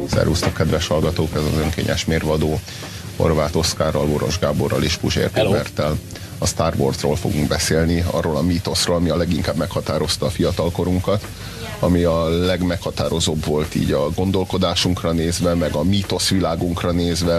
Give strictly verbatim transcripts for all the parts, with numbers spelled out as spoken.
Szervusztok, kedves hallgatók, ez az Önkényes Mérvadó. Horváth Oszkárral, Boros Gáborral és Puzsér Roberttel a Star Warsról fogunk beszélni, arról a mítoszról, ami a leginkább meghatározta a fiatalkorunkat, ami a legmeghatározóbb volt így a gondolkodásunkra nézve, meg a mítoszvilágunkra nézve.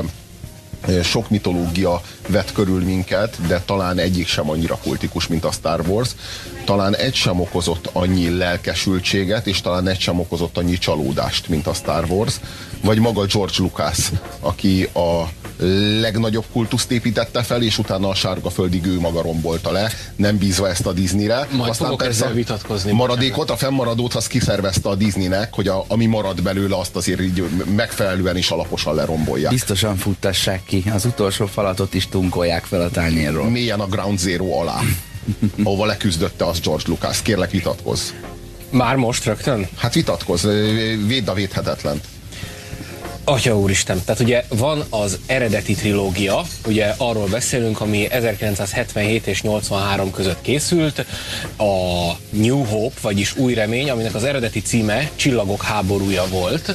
Sok mitológia vett körül minket, de talán egyik sem annyira kultikus, mint a Star Wars. Talán egy sem okozott annyi lelkesültséget, és talán egy sem okozott annyi csalódást, mint a Star Wars. Vagy maga George Lucas, aki a legnagyobb kultuszt építette fel, és utána a sárgaföldig ő maga rombolta le, nem bízva ezt a Disneyre. Majd aztán fogok ezzel vitatkozni. Maradékot, a fennmaradót azt kiszervezte a Disneynek, hogy a, ami marad belőle, azt azért így megfelelően és alaposan lerombolják. Biztosan futtassák ki, az utolsó falatot is tunkolják fel a tányérról. Mélyen a Ground Zero alá, ahova leküzdötte az George Lucas. Kérlek, vitatkozz. Már most rögtön? Hát vitatkozz, védd a védhetetlent. Atya úristen, tehát ugye van az eredeti trilógia, ugye arról beszélünk, ami ezerkilencszázhetvenhét és nyolcvanhárom között készült, a New Hope, vagyis Új Remény, aminek az eredeti címe Csillagok háborúja volt,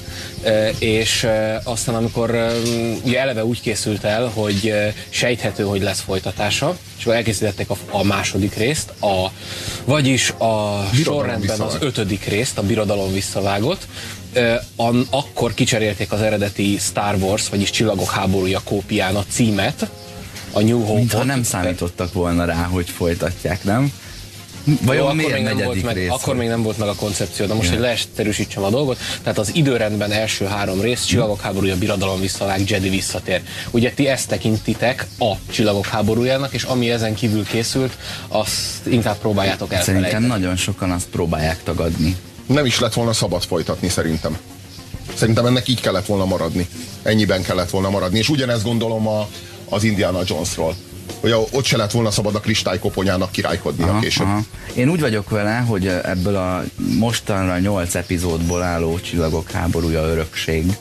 és aztán amikor ugye eleve úgy készült el, hogy sejthető, hogy lesz folytatása, és akkor elkészítették a, a második részt, a, vagyis a sorrendben az ötödik részt, a Birodalom visszavágott. Uh, akkor kicserélték az eredeti Star Wars, vagyis Csillagok háborúja kópián a címet, a New Hope-ot. Mintha nem számítottak volna rá, hogy folytatják, nem? Vajon Jó, miért akkor, még nem volt meg, akkor még nem volt meg a koncepció, de most, yeah. hogy leegyszerűsítsem a dolgot, tehát az időrendben első három rész, Csillagok háborúja, Birodalom visszavág, Jedi visszatér. Ugye ti ezt tekintitek a Csillagok háborújának, és ami ezen kívül készült, azt inkább próbáljátok elfelejteni. Szerintem nagyon sokan azt próbálják tagadni. Nem is lett volna szabad folytatni, szerintem. Szerintem ennek így kellett volna maradni. Ennyiben kellett volna maradni. És ugyanezt gondolom a, az Indiana Jonesról. Hogy ott se lett volna szabad a kristálykoponyának királykodnia később. Aha. Én úgy vagyok vele, hogy ebből a mostanra nyolc epizódból álló Csillagok háborúja örökséggel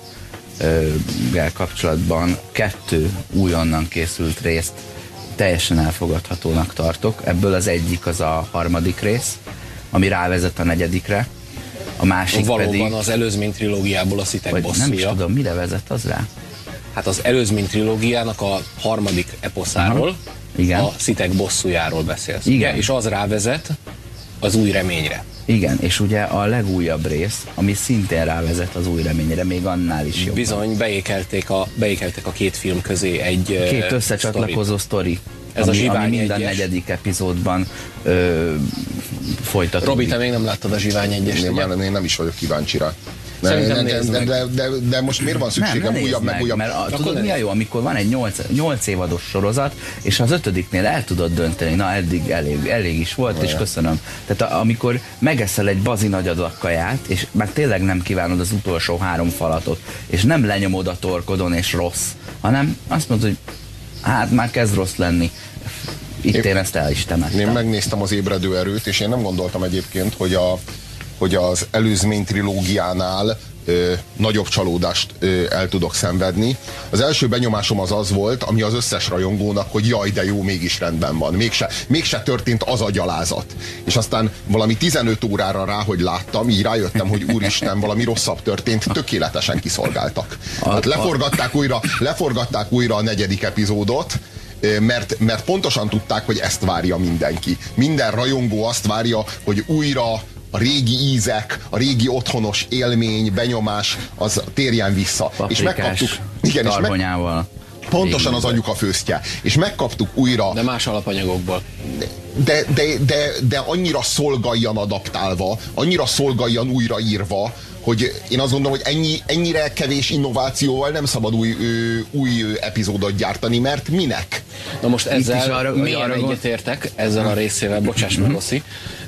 kapcsolatban kettő újonnan készült részt teljesen elfogadhatónak tartok. Ebből az egyik az a harmadik rész, ami rávezet a negyedikre. A másik valóban pedig... az előzmény trilógiából a Szitek bosszúja. Nem is tudom, mire vezet az rá? Hát az előzmény trilógiának a harmadik eposzáról, aha. Igen. A Szitek bosszújáról beszélsz. Igen. Ugye? És az rávezet az Új Reményre. Igen, és ugye a legújabb rész, ami szintén rávezet az Új Reményre, még annál is jobb. Bizony, beékelték a, beékelték a két film közé egy két összecsatlakozó sztori. Ez ami, a Zsivány ami minden egyes. negyedik epizódban ö, folytatódik. Robi, te még nem láttad a Zsivány egyest? Én, már, én nem is vagyok kíváncsi rá. De, Szerintem de, de, de, de, de most miért van szükségem nem, újabb, meg, meg újabb? Mert a, tudod mi a jó, amikor van egy nyolc évados sorozat, és az ötödiknél el tudod dönteni, na eddig elég, elég is volt, na, és köszönöm. Tehát a, amikor megeszel egy bazi nagy adag kaját, és már tényleg nem kívánod az utolsó három falatot, és nem lenyomod a torkodon, és rossz, hanem azt mondod, hogy hát már kezd rossz lenni. Itt én, én ezt el is temettem. Én megnéztem az Ébredő erőt, és én nem gondoltam egyébként, hogy, a, hogy az előzmény trilógiánál ö, nagyobb csalódást ö, el tudok szenvedni. Az első benyomásom az az volt, ami az összes rajongónak, hogy jaj, de jó, mégis rendben van. Mégse, mégse történt az a gyalázat. És aztán valami tizenöt órára rá, hogy láttam, így rájöttem, hogy úristen, valami rosszabb történt, tökéletesen kiszolgáltak. Hát leforgatták újra, leforgatták újra a negyedik epizódot, Mert, mert pontosan tudták, hogy ezt várja mindenki. Minden rajongó azt várja, hogy újra a régi ízek, a régi otthonos élmény, benyomás, az térjen vissza. Paprikás, és megkaptuk. Igen, és meg, pontosan az anyuka főztje. És megkaptuk újra. De más alapanyagokból. De, de, de, de annyira szolgáljan adaptálva, annyira szolgáljan újraírva, hogy én azt gondolom, hogy ennyi, ennyire kevés innovációval nem szabad új, ő, új epizódot gyártani, mert minek? Na most ezzel arra, milyen egyetértek, ezzel a részével, bocsáss meg, Oszi,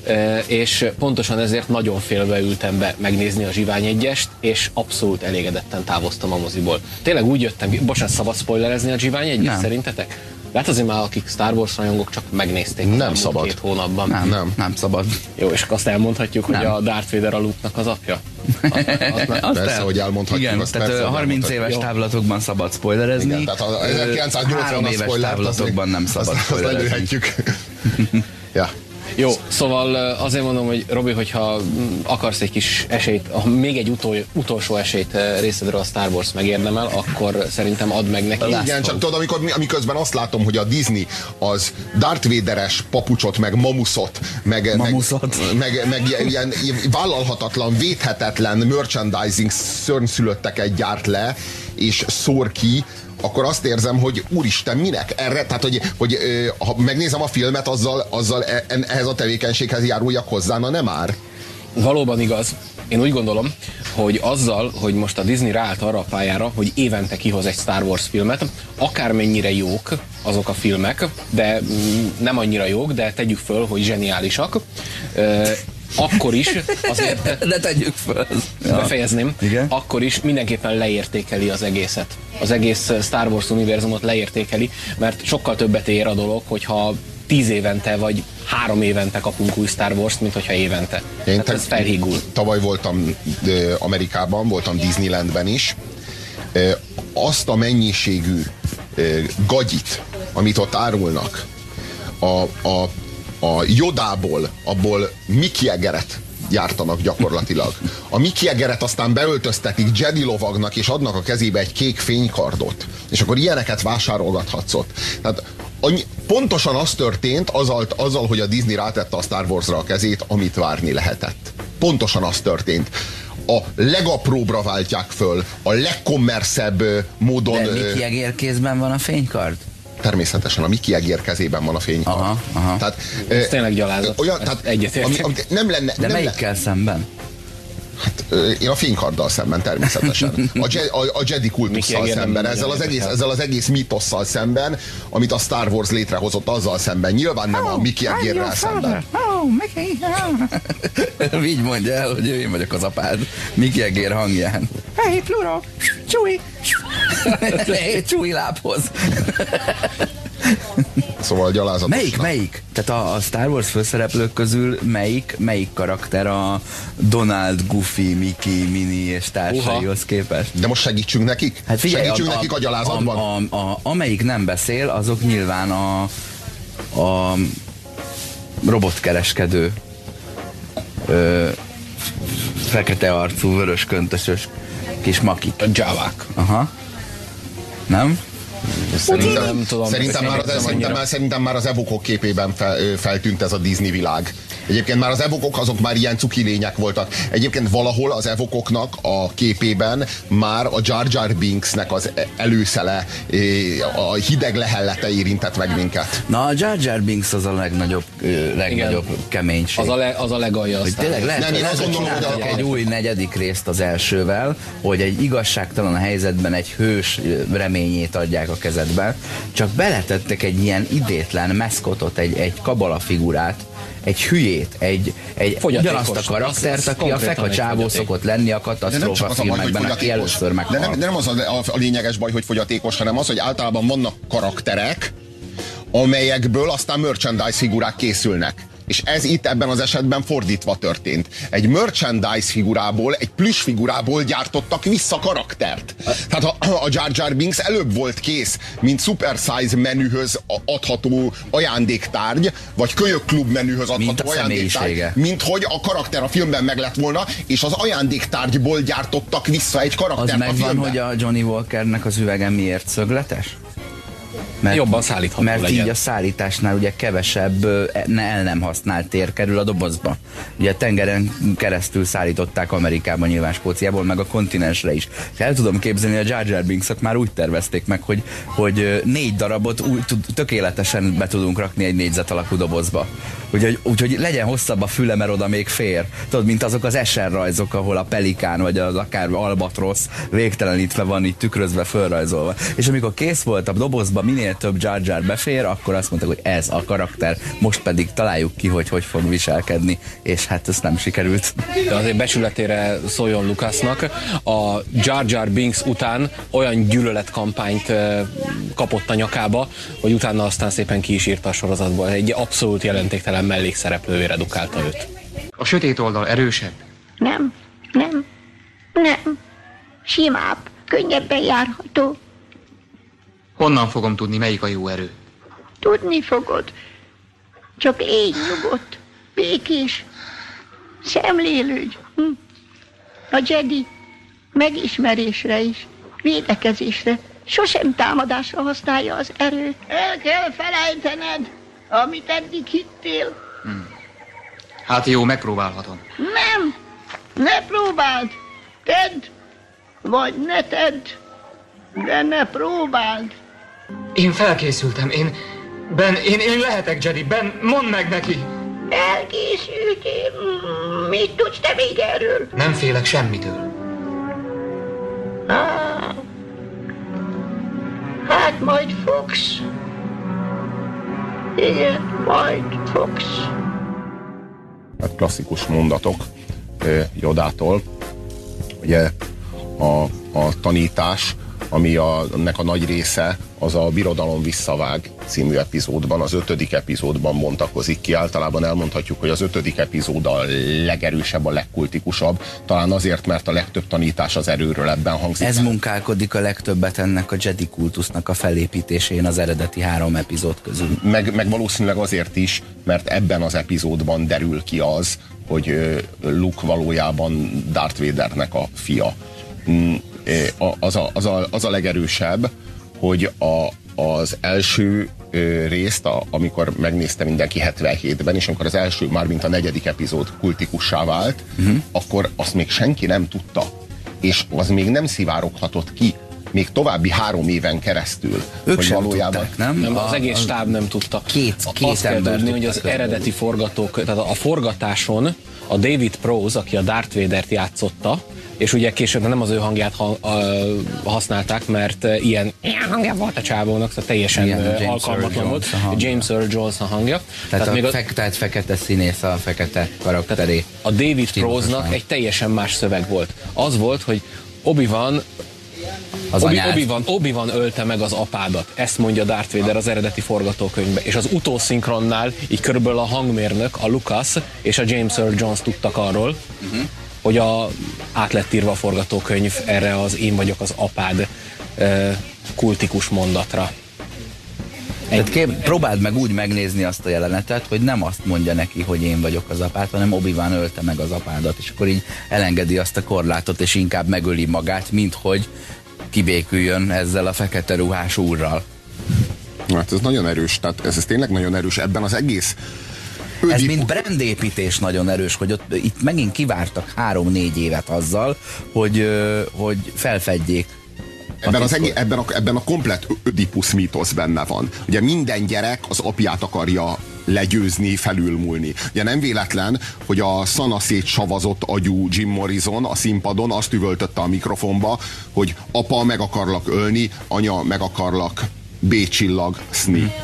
és pontosan ezért nagyon félve ültem be megnézni a Zsivány egyest, és abszolút elégedetten távoztam a moziból. Tényleg úgy jöttem, bocsánat, szabad spoilerezni a Zsivány egyest szerintetek? Lehet azért már, akik Star Wars rajongók csak megnézték nem szabad. két hónapban. Nem, nem, nem szabad. Jó, és azt elmondhatjuk, nem. hogy a Darth Vader a Luke-nak az apja? Azt, azt persze, el. hogy elmondhatjuk. Igen, azt tehát persze, harminc éves távlatokban szabad spoilerezni. Igen, tehát az ezerkilencszáznyolcvanas három éves távlatokban nem szabad azt, spoilerezni. azt lelőhetjük. Ja. Jó, szóval azért mondom, hogy Robi, hogyha akarsz egy kis esélyt, még egy utol, utolsó esélyt részedről a Star Wars megérdemel, akkor szerintem add meg neki. Igen, csak tudod, amikor, amiközben azt látom, hogy a Disney az Darth Vader-es papucsot, meg mamuszot, meg, meg, meg, meg ilyen vállalhatatlan, védhetetlen merchandising szörnyszülötteket gyárt le, és szór ki, akkor azt érzem, hogy úristen, minek erre? Tehát, hogy, hogy ha megnézem a filmet, azzal, azzal ehhez a tevékenységhez járuljak hozzá, na nem már. Valóban igaz. Én úgy gondolom, hogy azzal, hogy most a Disney ráállt arra a pályára, hogy évente kihoz egy Star Wars filmet, akármennyire jók azok a filmek, de nem annyira jók, de tegyük föl, hogy zseniálisak, akkor is azért... De tegyük föl. Befejezném. Igen? Akkor is mindenképpen leértékeli az egészet. Az egész Star Wars univerzumot leértékeli, mert sokkal többet ér a dolog, hogyha tíz évente vagy három évente kapunk új Star Wars-t, mint hogyha évente. Én hát ez felhígul. Tavaly voltam ö, Amerikában, voltam Disneylandben is. Ö, azt a mennyiségű ö, gagyit, amit ott árulnak, a, a, a Yodából, abból Mickey Egeret gyártanak gyakorlatilag. A Mickey Egeret aztán beöltöztetik Jedi lovagnak, és adnak a kezébe egy kék fénykardot. És akkor ilyeneket vásárolgathatsz ott. Tehát annyi, pontosan az történt azzal, azzal, hogy a Disney rátette a Star Warsra a kezét, amit várni lehetett. Pontosan az történt. A legapróbbra váltják föl, a legkommerszebb módon... De Mickey Egér kézben van a fénykard? Természetesen a Mickey Egér kezében van a fénykard. Aha, aha. Tehát, ez tényleg gyalázat. Olyan, tehát, ami, ami nem lenne, De nem melyikkel le... szemben? Hát, én a fénykarddal szemben természetesen. A, Je, a, a Jedi kultusszal szemben, ezzel az, egész, ezzel az egész mítosszal szemben, amit a Star Wars létrehozott, azzal szemben. Nyilván nem oh, a Mickey Egérrel szemben. Oh, Mickey. Oh. Így mondja el, hogy én vagyok az apád. Mickey Egér hangján. Hey, Pluro! Chewie! Hey, Chewie lábhoz! Szóval gyalázatos. Melyik, melyik? Tehát a, a Star Wars főszereplők közül melyik, melyik karakter a Donald, Goofy, Mickey, Minnie és társaihoz képest? De most segítsünk nekik? Hát figyelj, segítsünk a, nekik a gyalázatban? A, a, a, amelyik nem beszél, azok nyilván a, a robotkereskedő ö, fekete arcú, vörös köntösös kis makik. A Javák. Aha. Nem? Szerintem, nem tudom, szerintem, már az, szerintem, már, szerintem már az evokok képében fel, feltűnt ez a Disney világ. Egyébként már az evokok azok már ilyen cuki lények voltak. Egyébként valahol az evokoknak a képében már a Jar Jar Binksnek az előszele, a hideg lehellete érintett meg minket. Na, a Jar Jar Binks az a legnagyobb, legnagyobb keménység. Az a, le, az a legalja. Hogy tényleg lehet, nem, én azt gondolom, hogy a... egy új negyedik részt az elsővel, hogy egy igazságtalan helyzetben egy hős reményét adják a kezedbe, csak beletettek egy ilyen idétlen meszkotot, egy, egy kabala figurát, egy hülyét, egy, egy ugyanazt a karaktert, aki a feka csávó szokott lenni a katasztrófa filmekben, aki először meghal. De nem, de nem az a, a, a lényeges baj, hogy fogyatékos, hanem az, hogy általában vannak karakterek, amelyekből aztán merchandise figurák készülnek. És ez itt ebben az esetben fordítva történt. Egy merchandise figurából, egy plüss figurából gyártottak vissza karaktert. Tehát a, a Jar Jar Binks előbb volt kész, mint super size menühöz adható ajándéktárgy, vagy kölyök klub menühöz adható ajándéktárgy, mint hogy a karakter a filmben meg lett volna, és az ajándéktárgyból gyártottak vissza egy karaktert az a filmben. Az megvan, hogy a Johnny Walkernek az üvege miért szögletes? Mert, jobban szállítható mert legyen. Így a szállításnál ugye kevesebb el nem használt tér kerül a dobozba. Ugye tengeren keresztül szállították Amerikában, nyilván Skóciából, meg a kontinensre is. El tudom képzelni, a Jar Jar Binksot már úgy tervezték meg, hogy, hogy négy darabot úgy, tökéletesen be tudunk rakni egy négyzet alakú dobozba. Úgyhogy, úgyhogy legyen hosszabb a füle, mert oda még fér. Tudod, mint azok az Escher rajzok, ahol a pelikán vagy az akár albatrosz végtelenítve van, így tükrözve, fölrajzolva. És amikor kész volt a dobozba, minél több Jar Jar befér, akkor azt mondták, hogy ez a karakter, most pedig találjuk ki, hogy hogy fog viselkedni, és hát ez nem sikerült. De azért becsületére szóljon Lucasnak, a Jar Jar Binks után olyan gyűlöletkampányt kapott a nyakába, hogy utána aztán szépen ki is írta a sorozatból. Egy abszolút jelentéktelen mellékszereplővé redukálta őt. A sötét oldal erősebb? Nem, nem, nem. Simább, könnyebben járható. Honnan fogom tudni, melyik a jó erő? Tudni fogod. Csak légy nyugodt. békés, szemlélődj. Hm. A Jedi megismerésre is, védekezésre, sosem támadásra használja az erőt. El kell felejtened, amit eddig hittél. Hmm. Hát jó, megpróbálhatom. Nem, ne próbáld. Tedd, vagy ne tedd, de ne próbáld. Én felkészültem, én... Ben, én, én lehetek Jedi, Ben, mondd meg neki! Elkészültél? Mit tudsz te még erről? Nem félek semmitől. Ah, hát majd fogsz. Igen, majd fogsz. Hát klasszikus mondatok Jodától. Ugye a, a tanítás, ami a, ennek a nagy része, az a Birodalom visszavág című epizódban, az ötödik epizódban bontakozik ki. Általában elmondhatjuk, hogy az ötödik epizód a legerősebb, a legkultikusabb, talán azért, mert a legtöbb tanítás az erőről ebben hangzik. Ez munkálkodik a legtöbbet ennek a Jedi kultusznak a felépítésén az eredeti három epizód közül. Meg, meg valószínűleg azért is, mert ebben az epizódban derül ki az, hogy Luke valójában Darth Vadernek a fia. Az a, az a, az a legerősebb, hogy a, az első ö, részt, a, amikor megnézte mindenki hetvenhétben, és amikor az első, már mint a negyedik epizód kultikussá vált, uh-huh. akkor azt még senki nem tudta. És az még nem szivároghatott ki, még további három éven keresztül. Ők hogy sem valójában tudták, nem? Nem, az a, egész a, stáb nem tudta. Két, két Azt kell ember tudni, hogy az tudta eredeti forgatók, tehát a forgatáson a David Prowse, aki a Darth Vadert játszotta, és ugye később nem az ő hangját ha, a, használták, mert ilyen, ilyen hangja volt a csávónak, szóval teljesen igen, alkalmatlan volt. James Earl Jones a hangja. Tehát, tehát, a, még a, fek, tehát fekete színész a fekete karakteré. A David Prowse-nak egy teljesen más szöveg volt. Az volt, hogy Obi-Wan Obi, Obi-Wan, Obi-Wan ölte meg az apádat. Ezt mondja Darth Vader az eredeti forgatókönyvben. És az utószinkronnál így körülbelül a hangmérnök, a Lucas és a James Earl Jones tudtak arról, uh-huh. hogy a, át lett írva a forgatókönyv erre az én vagyok az apád e, kultikus mondatra. Tehát kép, próbáld meg úgy megnézni azt a jelenetet, hogy nem azt mondja neki, hogy én vagyok az apád, hanem Obi-Wan ölte meg az apádat, és akkor így elengedi azt a korlátot, és inkább megöli magát, mint hogy kibéküljön ezzel a fekete ruhás úrral. Hát ez nagyon erős, tehát ez, ez tényleg nagyon erős ebben az egész. Ez mint brandépítés nagyon erős, hogy ott, itt megint kivártak három-négy évet azzal, hogy, hogy felfedjék. Ebben, az egész, ebben, a, ebben a komplet Ödipusz mítosz benne van. Ugye minden gyerek az apját akarja legyőzni, felülmúlni. Ugye nem véletlen, hogy a szanaszét savazott agyú Jim Morrison a színpadon azt üvöltötte a mikrofonba, hogy apa, meg akarlak ölni, anya, meg akarlak B-csillag szni.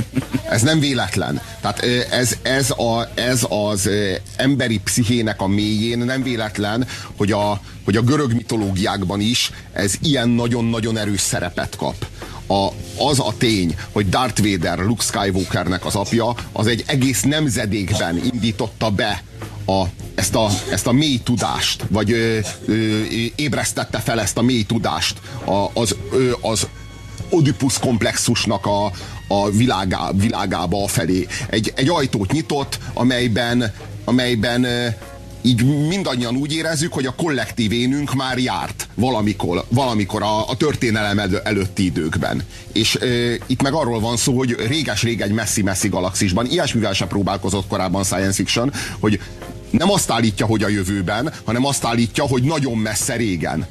Ez nem véletlen. Tehát ez, ez, a, ez az emberi pszichének a mélyén nem véletlen, hogy a, hogy a görög mitológiákban is ez ilyen nagyon-nagyon erős szerepet kap. A, az a tény, hogy Darth Vader Luke Skywalkernek az apja, az egy egész nemzedékben indította be a, ezt, a, ezt a mély tudást, vagy ö, ö, ébresztette fel ezt a mély tudást a, az, ö, az Oedipus komplexusnak a, a világá, világába afelé. Egy, egy ajtót nyitott, amelyben, amelyben így mindannyian úgy érezzük, hogy a kollektív énünk már járt valamikor, valamikor a, a történelem elő, előtti időkben. És e, itt meg arról van szó, hogy réges-rég egy messzi-messzi galaxisban, ilyesmivel sem próbálkozott korábban science fiction, hogy nem azt állítja, hogy a jövőben, hanem azt állítja, hogy nagyon messze régen.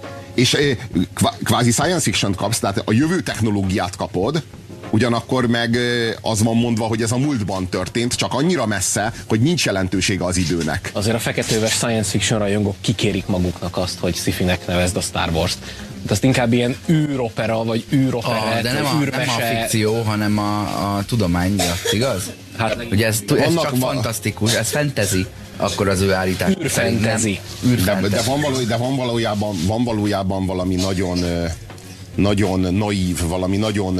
És e, kvázi science fiction kapsz, tehát a jövő technológiát kapod, ugyanakkor meg az van mondva, hogy ez a múltban történt, csak annyira messze, hogy nincs jelentősége az időnek. Azért a feketőves science fiction rajongók kikérik maguknak azt, hogy sci-finek nevezd a Star Wars-t. De azt inkább ilyen űropera, vagy űroperet, de nem a, nem a fikció, hanem a, a tudomány miatt, igaz? Hát, hogy ez, ez csak van, fantasztikus, ez fantasy, akkor az ő állítás. Űrfantezi. De, de, van való, de van, valójában, van valójában valami nagyon, nagyon naív, valami nagyon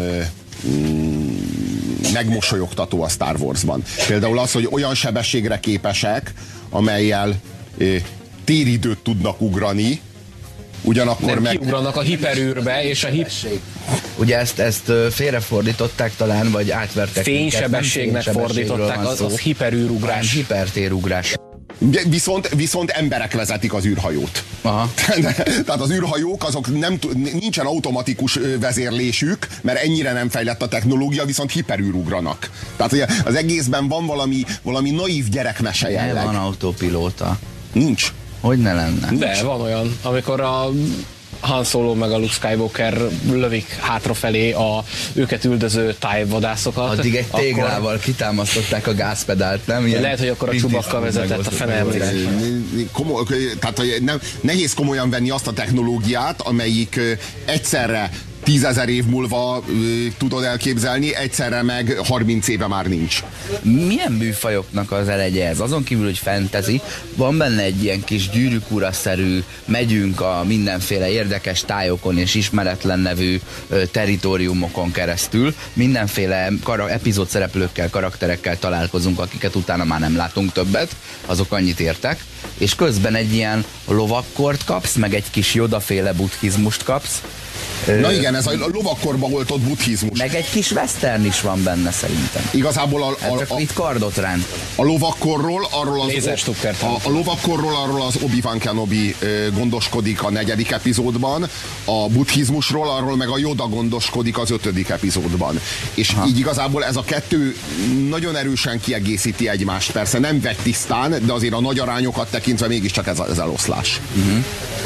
megmosolyogtató a Star Warsban. Például az, hogy olyan sebességre képesek, amellyel téridőt tudnak ugrani, ugyanakkor nem meg... kiugranak a hiperűrbe, és a hip... Ugye ezt, ezt félrefordították talán, vagy átvertek. Fénysebességnek fordították, az, az hiperűrugrás. Hipertérugrás. Viszont, viszont emberek vezetik az űrhajót. Aha. Tehát az űrhajók, azok nem, nincsen automatikus vezérlésük, mert ennyire nem fejlett a technológia, viszont hiperűrugranak. Tehát ugye az egészben van valami, valami naív gyerekmese jelleg. Van autopilóta. Nincs. Hogy ne lenne? De van olyan, amikor a Han Solo meg a Luke Skywalker lövik hátrafelé a őket üldöző tájvadászokat. Addig egy téglával akkor... kitámasztották a gázpedált, nem? Ilyen lehet, hogy akkor a Chewbacca vezetett a fenemre. Komoly, tehát nem, nehéz komolyan venni azt a technológiát, amelyik egyszerre tízezer év múlva tudod elképzelni, egyszerre meg harminc éve már nincs. Milyen műfajoknak az elegye ez? Azon kívül, hogy fantasy, van benne egy ilyen kis Gyűrűk ura-szerű, megyünk a mindenféle érdekes tájokon és ismeretlen nevű ö, teritoriumokon keresztül, mindenféle kara- epizód szereplőkkel, karakterekkel találkozunk, akiket utána már nem látunk többet, azok annyit értek, és közben egy ilyen lovakkort kapsz, meg egy kis Yoda-féle buddhizmust kapsz. Na igen, ez a lovakkorba oltott buddhizmus. Meg egy kis western is van benne szerintem. Igazából a, a, a, itt kardot rend. A lovakkorról, arról az, a, a lovakkorról arról az Obi-Wan Kenobi gondoskodik a negyedik epizódban, a buddhizmusról arról meg a Yoda gondoskodik az ötödik epizódban. És ha. így igazából ez a kettő nagyon erősen kiegészíti egymást. Persze nem vegy tisztán, de azért a nagy arányokat tekintve mégiscsak ez, ez eloszlás. Uh-huh.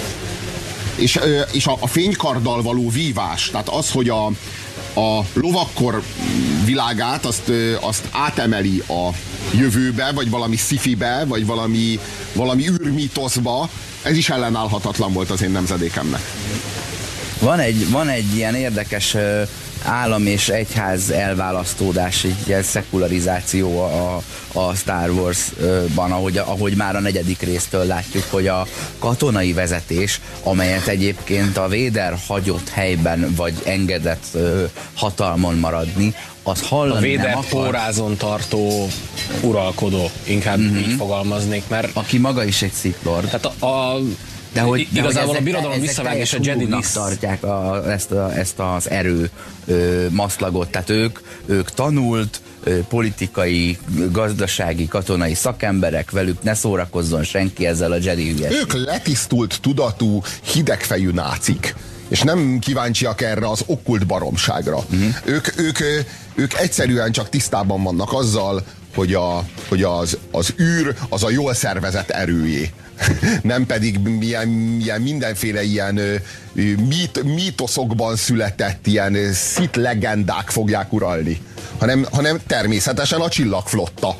És, és a, a fénykarddal való vívás, tehát az, hogy a, a lovakkor világát azt, azt átemeli a jövőbe, vagy valami sci-fibe, vagy valami, valami űrmítoszba, ez is ellenállhatatlan volt az én nemzedékemnek. Van egy, van egy ilyen érdekes állam és egyház elválasztódás, egy ilyen szekularizáció a, a Star Wars-ban, ahogy, ahogy már a negyedik résztől látjuk, hogy a katonai vezetés, amelyet egyébként a Vader hagyott helyben, vagy engedett ö, hatalmon maradni, az hallani a Vader nem akar. pórázon tartó uralkodó, inkább mm-hmm. így fogalmaznék, mert... Aki maga is egy Sith Lord. Tehát a, a De hogy, igazából de hogy a birodalom visszavág és a Jedi visz... tartják a, ezt, a, ezt az erő ö, maszlagot. Tehát ők, ők tanult, ö, politikai, gazdasági, katonai szakemberek, velük ne szórakozzon senki ezzel a Jedi hülyeség. Ők letisztult, tudatú, hidegfejű nácik. És nem kíváncsiak erre az okkult baromságra. Uh-huh. Ők, ők, ők egyszerűen csak tisztában vannak azzal, hogy, a, hogy az, az űr az a jól szervezett erőjé. Nem pedig milyen, milyen mindenféle ilyen mit, mítoszokban született ilyen Sith legendák fogják uralni, hanem, hanem természetesen a csillagflotta.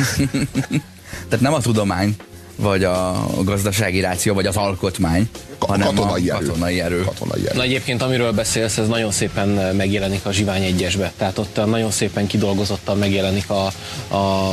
Tehát nem a tudomány, vagy a gazdasági ráció, vagy az alkotmány, a hanem katonai a erő. katonai erő. Katonai erő. Na egyébként, amiről beszélsz, ez nagyon szépen megjelenik a Zsivány egyesbe. Tehát ott nagyon szépen kidolgozottan megjelenik a, a,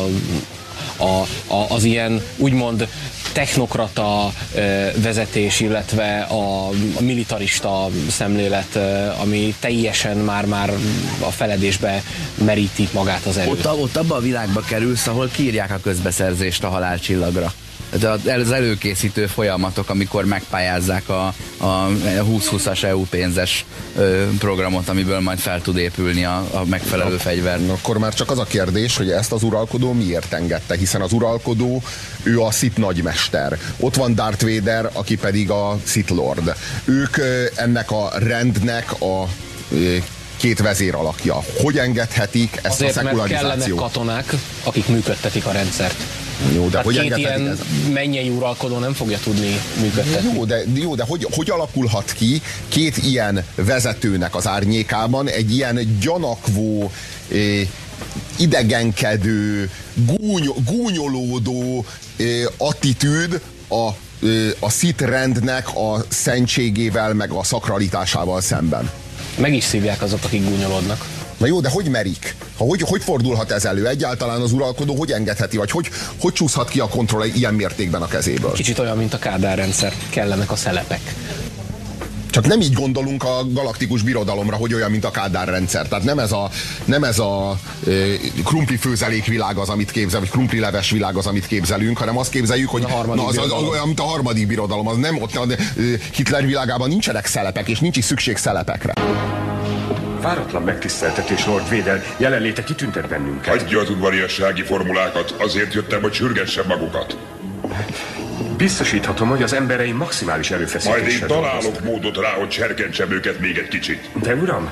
a, a, az ilyen úgymond technokrata vezetés, illetve a, a militarista szemlélet, ami teljesen már-már a feledésbe meríti magát az erőt. Ott, ott abba a világba kerülsz, ahol kiírják a közbeszerzést a halálcsillagra. Az előkészítő folyamatok, amikor megpályázzák a, a húsz húszas é u pénzes ö, programot, amiből majd fel tud épülni a, a megfelelő fegyver. Akkor már csak az a kérdés, hogy ezt az uralkodó miért engedte, hiszen az uralkodó, ő a Sith nagymester. Ott van Darth Vader, aki pedig a Sith Lord. Ők ö, ennek a rendnek a ö, két vezér alakja. Hogy engedhetik ezt azért, a szekularizációt? Azért, mert kellenek katonák, akik működtetik a rendszert. Jó, de hogy két ilyen ez? mennyei uralkodó nem fogja tudni működtetni. Jó, de, jó, de hogy, hogy alakulhat ki két ilyen vezetőnek az árnyékában egy ilyen gyanakvó, eh, idegenkedő, gúny, gúnyolódó eh, attitűd a, eh, a Sith rendnek a szentségével, meg a szakralitásával szemben? Meg is szívják azok, akik gúnyolódnak. Na jó, de hogy merik? Ha hogy, hogy fordulhat ez elő? Egyáltalán az uralkodó hogy engedheti? Vagy hogy, hogy csúszhat ki a kontroll ilyen mértékben a kezéből? Kicsit olyan, mint a Kádár rendszer. Kellenek a szelepek. Csak nem így gondolunk a galaktikus birodalomra, hogy olyan, mint a Kádár rendszer. Tehát nem ez a, nem ez a e, krumpli főzelék világ az, amit képzel, vagy krumpli leves világ az, amit képzelünk, hanem azt képzeljük, hogy na, az, az, az olyan, mint a harmadik birodalom. Az nem ott, a, Hitler világában nincsenek szelepek, és nincs is szükség szelepekre. Váratlan megtiszteltetés, Lord Vader, jelenléte kitüntet bennünket. Hagyja az udvariassági formulákat, azért jöttem, hogy sürgessem magukat. Biztosíthatom, hogy az embereim maximális erőfeszítéssel Majd én találok dolgoznak. módot rá, hogy serkentsem őket még egy kicsit. De uram,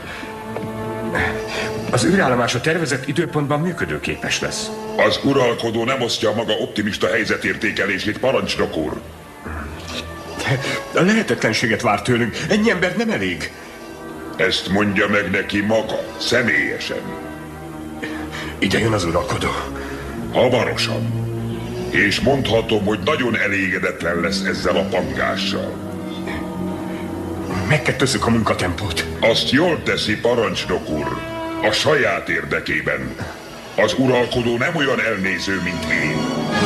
az űrállomás a tervezett időpontban működőképes lesz. Az uralkodó nem osztja a maga optimista helyzetértékelését, parancsnok úr. A lehetetlenséget vár tőlünk, ennyi ember nem elég. Ezt mondja meg neki maga, személyesen. Ide jön az uralkodó. Hamarosan. És mondhatom, hogy nagyon elégedetlen lesz ezzel a pangással. Megkettőzzük a munkatempót. Azt jól teszi, parancsnok úr. A saját érdekében. Az uralkodó nem olyan elnéző, mint én.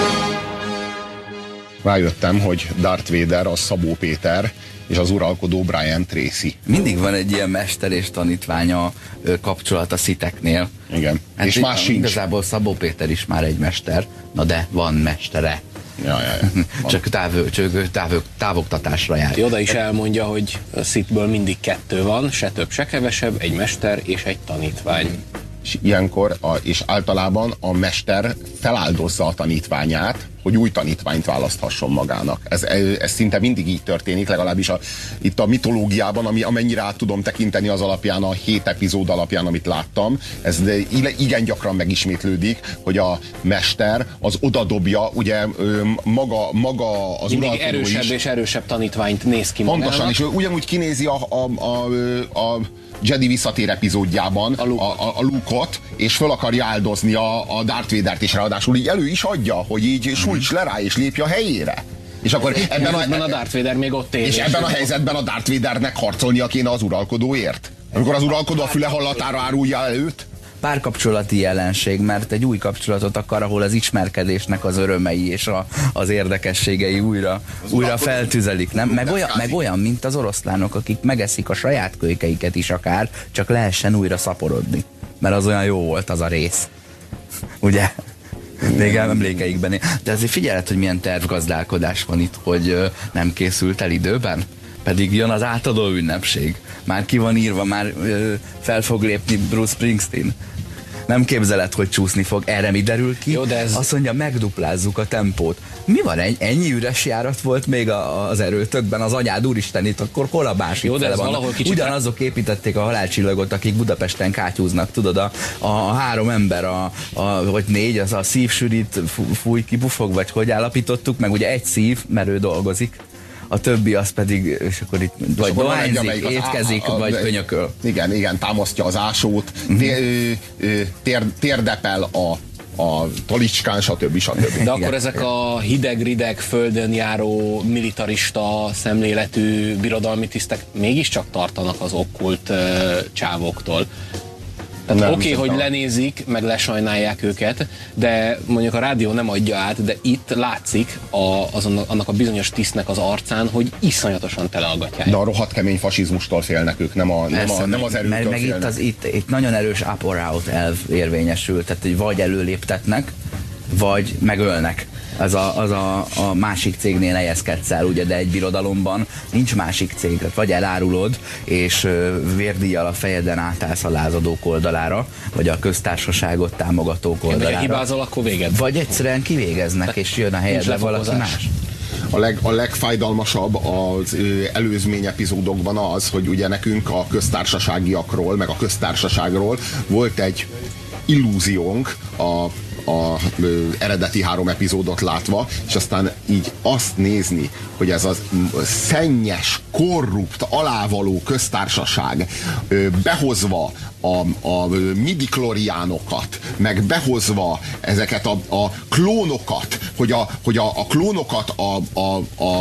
Rájöttem, hogy Darth Vader az Szabó Péter, és az uralkodó Brian Tracy. Mindig van egy ilyen mester és tanítványa kapcsolat a sziteknél. Igen, hát és más sincs. Igazából Szabó Péter is már egy mester, na de van mestere. Ja, ja, ja. Csak, táv, csak táv, távoktatásra jár. Oda is elmondja, hogy a Sithből mindig kettő van, se több, se kevesebb, egy mester és egy tanítvány. És ilyenkor, a, és általában a mester feláldozza a tanítványát, hogy új tanítványt választhasson magának. Ez, ez szinte mindig így történik, legalábbis a, itt a mitológiában, ami, amennyire át tudom tekinteni az alapján, a hét epizód alapján, amit láttam, ez igen gyakran megismétlődik, hogy a mester az odadobja, ugye maga, maga az mindig uralkodó erősebb is. és erősebb tanítványt néz ki magának. Pontosan, és ugyanúgy kinézi a, a, a, a Jedi visszatér epizódjában a, a, a Luke-ot, és föl akarja áldozni a, a Darth Vadert, és ráadásul így elő is adja, hogy így sújts le rá, és lépj a helyére. És akkor ebben a, a Darth Vader még ott él. És ebben a helyzetben a Darth Vadernek harcolnia kéne az uralkodóért. Amikor az uralkodó a füle hallatára árulja előtt. Párkapcsolati jelenség, mert egy új kapcsolatot akar, ahol az ismerkedésnek az örömei és a, az érdekességei újra, újra feltüzelik, nem? Meg olyan, meg olyan, mint az oroszlánok, akik megeszik a saját kölykeiket is akár, csak lehessen újra szaporodni. Mert az olyan jó volt az a rész. Ugye? Még emlékeikben. De azért figyelhet, hogy milyen tervgazdálkodás van itt, hogy ö, nem készült el időben? Pedig jön az átadó ünnepség. Már ki van írva, már ö, fel fog lépni Bruce Springsteen. Nem képzeled, hogy csúszni fog. Erre mi derül ki? Jó, de ez... Azt mondja, megduplázzuk a tempót. Mi van, ennyi üres járat volt még a, az erőtökben, az anyád úristen, itt akkor hol a másik Jó, de fele ez vannak? kicsit... Ugyanazok építették a halálcsillagot, akik Budapesten kátyúznak, tudod, a, a, a három ember, a, a, vagy négy, az a szívsűrít fúj kipufog, vagy hogy állapítottuk, meg ugye egy szív, mert ő dolgozik. A többi az pedig, és akkor itt vagy dohányzik, étkezik, á, a, vagy könyököl. Igen, igen, támasztja az ásót, uh-huh. tér, tér, térdepel a, a tolicskán, stb. stb. De igen. Akkor ezek a hideg-rideg, földön járó, militarista szemléletű birodalmi tisztek mégiscsak tartanak az okkult uh, csávoktól. Oké, okay, hogy lenézik, meg lesajnálják őket, de mondjuk a rádió nem adja át, de itt látszik a, azon, annak a bizonyos tisztnek az arcán, hogy iszonyatosan teleaggatják. De a rohadt kemény fasizmustól félnek ők, nem, a, nem, a, nem az erőtől meg, meg félnek. Itt, az, itt, itt nagyon erős up or out elv érvényesül, tehát hogy vagy előléptetnek, vagy megölnek. Az a, az a, a másik cégnél helyezkedsz el, ugye, de egy birodalomban nincs másik cég, tehát vagy elárulod, és ö, vérdíjjal a fejeden átállsz a lázadók oldalára, vagy a köztársaságot támogatók oldalára. Ha hibázol, akkor véged. Vagy egyszerűen kivégeznek, és jön a helyedre valaki más. A, leg, a legfájdalmasabb az ö, előzmény epizódokban az, hogy ugye nekünk a köztársaságiakról, meg a köztársaságról volt egy illúziónk a a ö, eredeti három epizódot látva, és aztán így azt nézni, hogy ez az szennyes, korrupt, alávaló köztársaság ö, behozva a, a midi-kloriánokat, meg behozva ezeket a, a klónokat, hogy a, hogy a, a klónokat a, a, a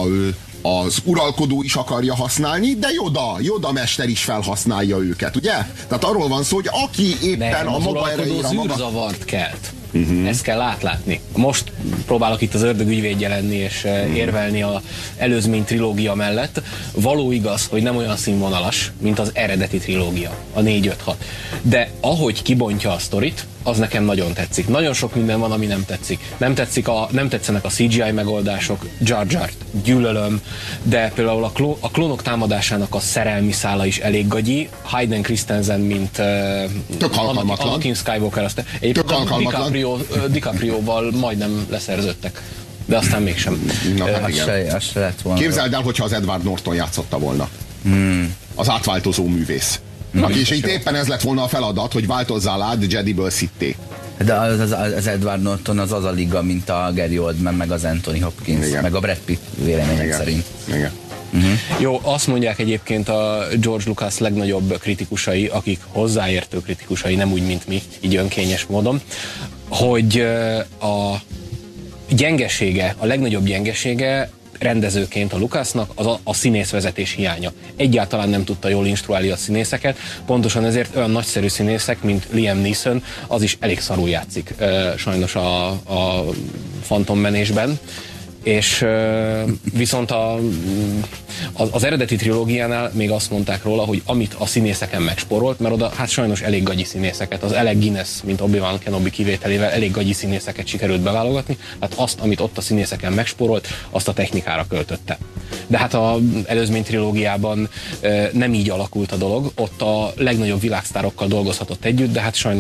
az uralkodó is akarja használni, de Yoda, Yoda mester is felhasználja őket, ugye? Tehát arról van szó, hogy aki éppen nem, a maga erejére... az uralkodó zűrzavart kelt. Uh-huh. Ezt kell átlátni. Most próbálok itt az ördög ügyvédje lenni és uh-huh. érvelni az előzmény trilógia mellett. Való igaz, hogy nem olyan színvonalas, mint az eredeti trilógia, a négy öt hat. De ahogy kibontja a sztorit, az nekem nagyon tetszik. Nagyon sok minden van, ami nem tetszik. Nem, tetszik a, nem tetszenek a cé gé i megoldások, Jar Jar-t gyűlölöm, de például a, kló, a klónok támadásának a szerelmi szála is elég gagyi. Hayden Christensen, mint uh, Anakin Skywalker, azt egyébként DiCaprio, DiCaprioval majdnem leszerződtek. De aztán mégsem. Na, hát az se, az se lett volna. Képzeld el, hogyha az Edward Norton játszotta volna. Hmm. Az átváltozó művész. Na, és itt éppen ez lett volna a feladat, hogy változzál át Jediből Sitté. De az, az, az Edward Norton az az a liga, mint a Gary Oldman, meg az Anthony Hopkins, igen. meg a Brad Pitt vélemények igen. szerint. Igen. Uh-huh. Jó, azt mondják egyébként a George Lucas legnagyobb kritikusai, akik hozzáértő kritikusai, nem úgy, mint mi, így önkényes módon, hogy a gyengesége, a legnagyobb gyengesége rendezőként a Lucasnak az a, a színészvezetés hiánya. Egyáltalán nem tudta jól instruálni a színészeket, pontosan ezért olyan nagyszerű színészek, mint Liam Neeson, az is elég szarul játszik sajnos a, a Phantom Menace-ben. És viszont a, az, az eredeti trilógiánál még azt mondták róla, hogy amit a színészeken megsporolt, mert oda hát sajnos elég gagyi színészeket, az Alec Guinness, mint Obi-Wan Kenobi kivételével elég gagyi színészeket sikerült beválogatni, hát azt, amit ott a színészeken megsporolt, azt a technikára költötte. De hát az előzmény trilógiában nem így alakult a dolog, ott a legnagyobb világsztárokkal dolgozhatott együtt, de hát sajnos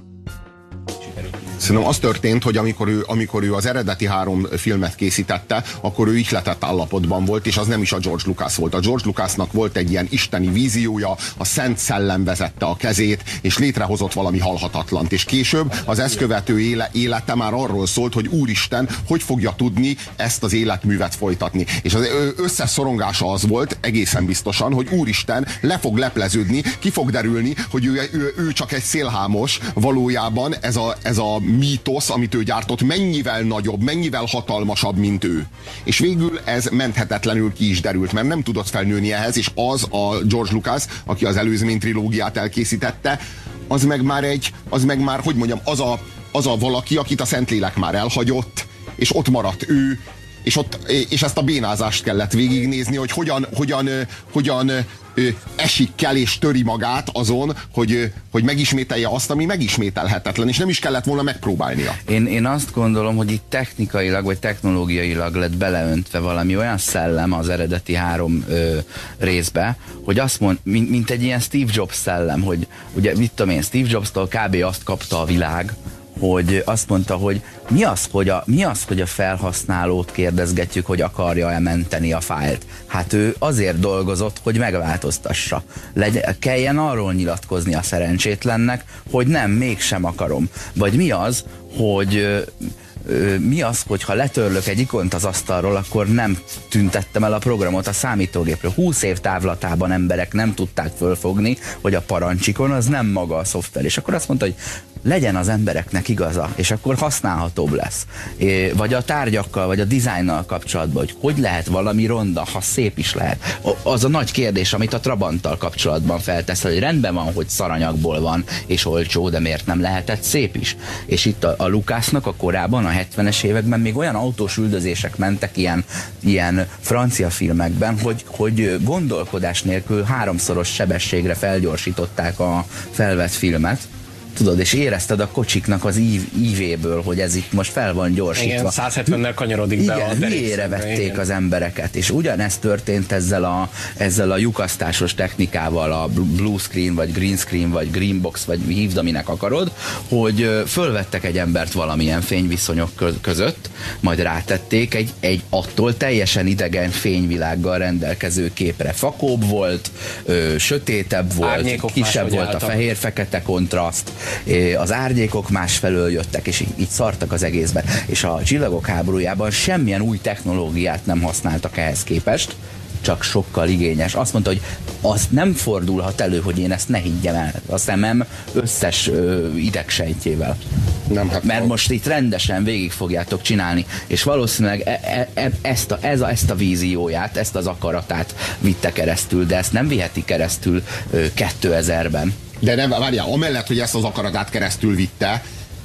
Szerintem az történt, hogy amikor ő, amikor ő az eredeti három filmet készítette, akkor ő ihletett állapotban volt, és az nem is a George Lucas volt. A George Lucasnak volt egy ilyen isteni víziója, a Szent Szellem vezette a kezét, és létrehozott valami halhatatlant. És később az ezt követő éle, élete már arról szólt, hogy Úristen, hogy fogja tudni ezt az életművet folytatni. És az összes szorongása az volt, egészen biztosan, hogy Úristen, le fog lepleződni, ki fog derülni, hogy ő, ő, ő csak egy szélhámos, valójában ez a, ez a mítosz, amit ő gyártott, mennyivel nagyobb, mennyivel hatalmasabb, mint ő. És végül ez menthetetlenül ki is derült, mert nem tudott felnőni ehhez, és az a George Lucas, aki az előzmény trilógiát elkészítette, az meg már egy, az meg már, hogy mondjam, az a, az a valaki, akit a Szentlélek már elhagyott, és ott maradt ő, és, ott, és ezt a bénázást kellett végignézni, hogy hogyan, hogyan, hogyan esik kell és töri magát azon, hogy, hogy megismételje azt, ami megismételhetetlen, és nem is kellett volna megpróbálnia. Én, én azt gondolom, hogy itt technikailag vagy technológiailag lett beleöntve valami olyan szellem az eredeti három ö, részbe, hogy azt mond, mint, mint egy ilyen Steve Jobs szellem, hogy ugye mit tudom én, Steve Jobs-tól kb. Azt kapta a világ, hogy azt mondta, hogy mi az, hogy a, mi az, hogy a felhasználót kérdezgetjük, hogy akarja-e menteni a fájlt. Hát ő azért dolgozott, hogy megváltoztassa. Legyen, kelljen arról nyilatkozni a szerencsétlennek, hogy nem, mégsem akarom. Vagy mi az, hogy ö, ö, mi az, hogy ha letörlök egy ikont az asztalról, akkor nem tüntettem el a programot a számítógépről. húsz év távlatában emberek nem tudták fölfogni, hogy a parancsikon az nem maga a szoftver. És akkor azt mondta, hogy legyen az embereknek igaza, és akkor használhatóbb lesz. É, vagy a tárgyakkal, vagy a dizájnnal kapcsolatban, hogy hogy lehet valami ronda, ha szép is lehet. Az a nagy kérdés, amit a Trabanttal kapcsolatban feltesz, hogy rendben van, hogy szaranyagból van, és olcsó, de miért nem lehetett szép is? És itt a, a Lucasnak a korában, a hetvenes években még olyan autós üldözések mentek ilyen, ilyen francia filmekben, hogy, hogy gondolkodás nélkül háromszoros sebességre felgyorsították a felvett filmet. Tudod, és érezted a kocsiknak az ív, ívéből, hogy ez itt most fel van gyorsítva. Igen, száz hetvennel kanyarodik igen, be a derékszemre. Hülyére vették igen. az embereket, és ugyanezt történt ezzel a, ezzel a lyukasztásos technikával, a blue screen, vagy green screen, vagy green box, vagy hívd, aminek akarod, hogy fölvettek egy embert valamilyen fényviszonyok között, majd rátették egy, egy attól teljesen idegen fényvilággal rendelkező képre. Fakóbb volt, ö, sötétebb volt, árnyékok kisebb volt álltak. A fehér-fekete kontraszt, az árnyékok másfelől jöttek, és így, így szartak az egészben. És a Csillagok háborújában semmilyen új technológiát nem használtak ehhez képest, csak sokkal igényes. Azt mondta, hogy az nem fordulhat elő, hogy én ezt ne higgyem el. A szemem összes ö, idegsejtjével. Nem, hát mert most itt rendesen végig fogjátok csinálni, és valószínűleg e, e, e, ezt, a, ez a, ezt a vízióját, ezt az akaratát vitte keresztül, de ezt nem viheti keresztül ö, kétezerben. De nem, várjál, amellett, hogy ezt az akaratát keresztül vitte,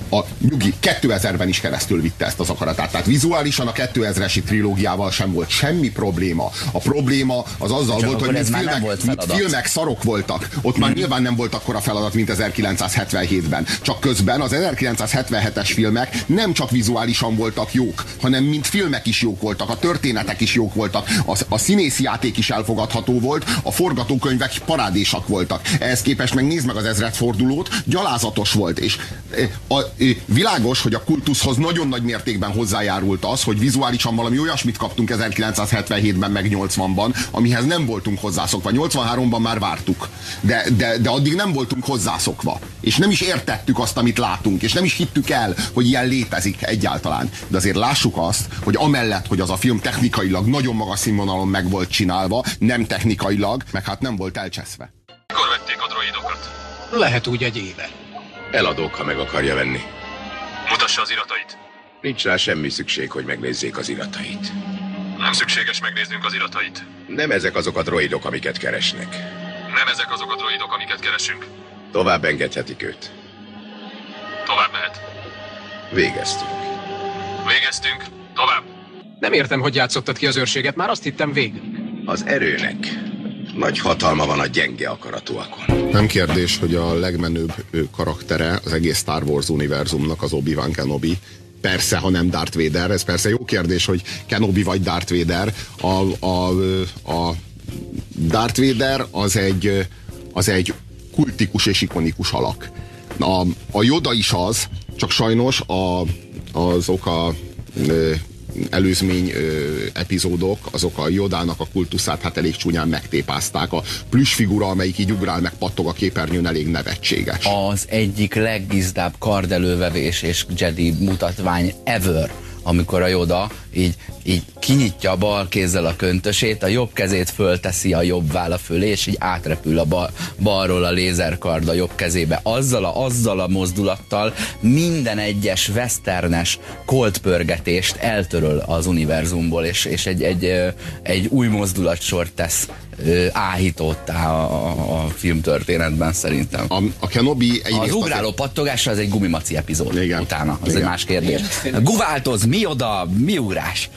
a nyugi kétezerben is keresztül vitte ezt az akaratát. Tehát vizuálisan a kétezres trilógiával sem volt semmi probléma. A probléma az azzal Csak volt, hogy mint filmek, mint filmek szarok voltak. Ott hmm. már nyilván nem volt akkora feladat, mint ezerkilencszázhetvenhétben. Csak közben az ezerkilencszázhetvenhetes filmek nem csak vizuálisan voltak jók, hanem mint filmek is jók voltak, a történetek is jók voltak, a, a színészi játék is elfogadható volt, a forgatókönyvek parádésak voltak. Ehhez képest meg nézd meg az ezredfordulót, gyalázatos volt, és a, világos, hogy a kultuszhoz nagyon nagy mértékben hozzájárult az, hogy vizuálisan valami olyasmit kaptunk ezerkilencszázhetvenhétben meg nyolcvanban, amihez nem voltunk hozzászokva. nyolcvanháromban már vártuk, de, de, de addig nem voltunk hozzászokva. És nem is értettük azt, amit látunk, és nem is hittük el, hogy ilyen létezik egyáltalán. De azért lássuk azt, hogy amellett, hogy az a film technikailag nagyon magas színvonalon meg volt csinálva, nem technikailag, meg hát nem volt elcseszve. Mikor vették a droidokat? Lehet úgy egy éve. Eladók, ha meg akarja venni. Mutassa az iratait. Nincs rá semmi szükség, hogy megnézzék az iratait. Nem szükséges megnéznünk az iratait. Nem ezek azok a droidok, amiket keresnek. Nem ezek azok a droidok, amiket keresünk. Tovább engedhetik őt. Tovább mehet. Végeztünk. Végeztünk. Tovább. Nem értem, hogy játszottad ki az őrséget, már azt hittem végünk. Az erőnek nagy hatalma van a gyenge akaratúakon. Nem kérdés, hogy a legmenőbb karaktere az egész Star Wars univerzumnak az Obi-Wan Kenobi. Persze, ha nem Darth Vader, ez persze jó kérdés, hogy Kenobi vagy Darth Vader. A, a, a Darth Vader az egy, az egy kultikus és ikonikus alak. A, a Yoda is az, csak sajnos a, azok a ö, előzmény ö, epizódok, azok a Yodának a kultuszát hát elég csúnyán megtépázták. A plüss figura, amelyik így ugrál, meg pattog a képernyőn, elég nevetséges. Az egyik leggizdább kardelővevés és Jedi mutatvány ever, amikor a Yoda így, így kinyitja a bal kézzel a köntösét, a jobb kezét fölteszi a jobb válla fölé, és így átrepül a bal, balról a lézerkard a jobb kezébe. Azzal a, azzal a mozdulattal minden egyes westernes koltpörgetést eltöröl az univerzumból, és, és egy, egy, egy új mozdulatsort tesz áhítottá a, a, a filmtörténetben szerintem. A, a Kenobi az ugráló pattogásra az egy gumimaci epizód. Igen. Utána, az Igen. egy más kérdés. Guváltoz, mi oda, mi ugrás?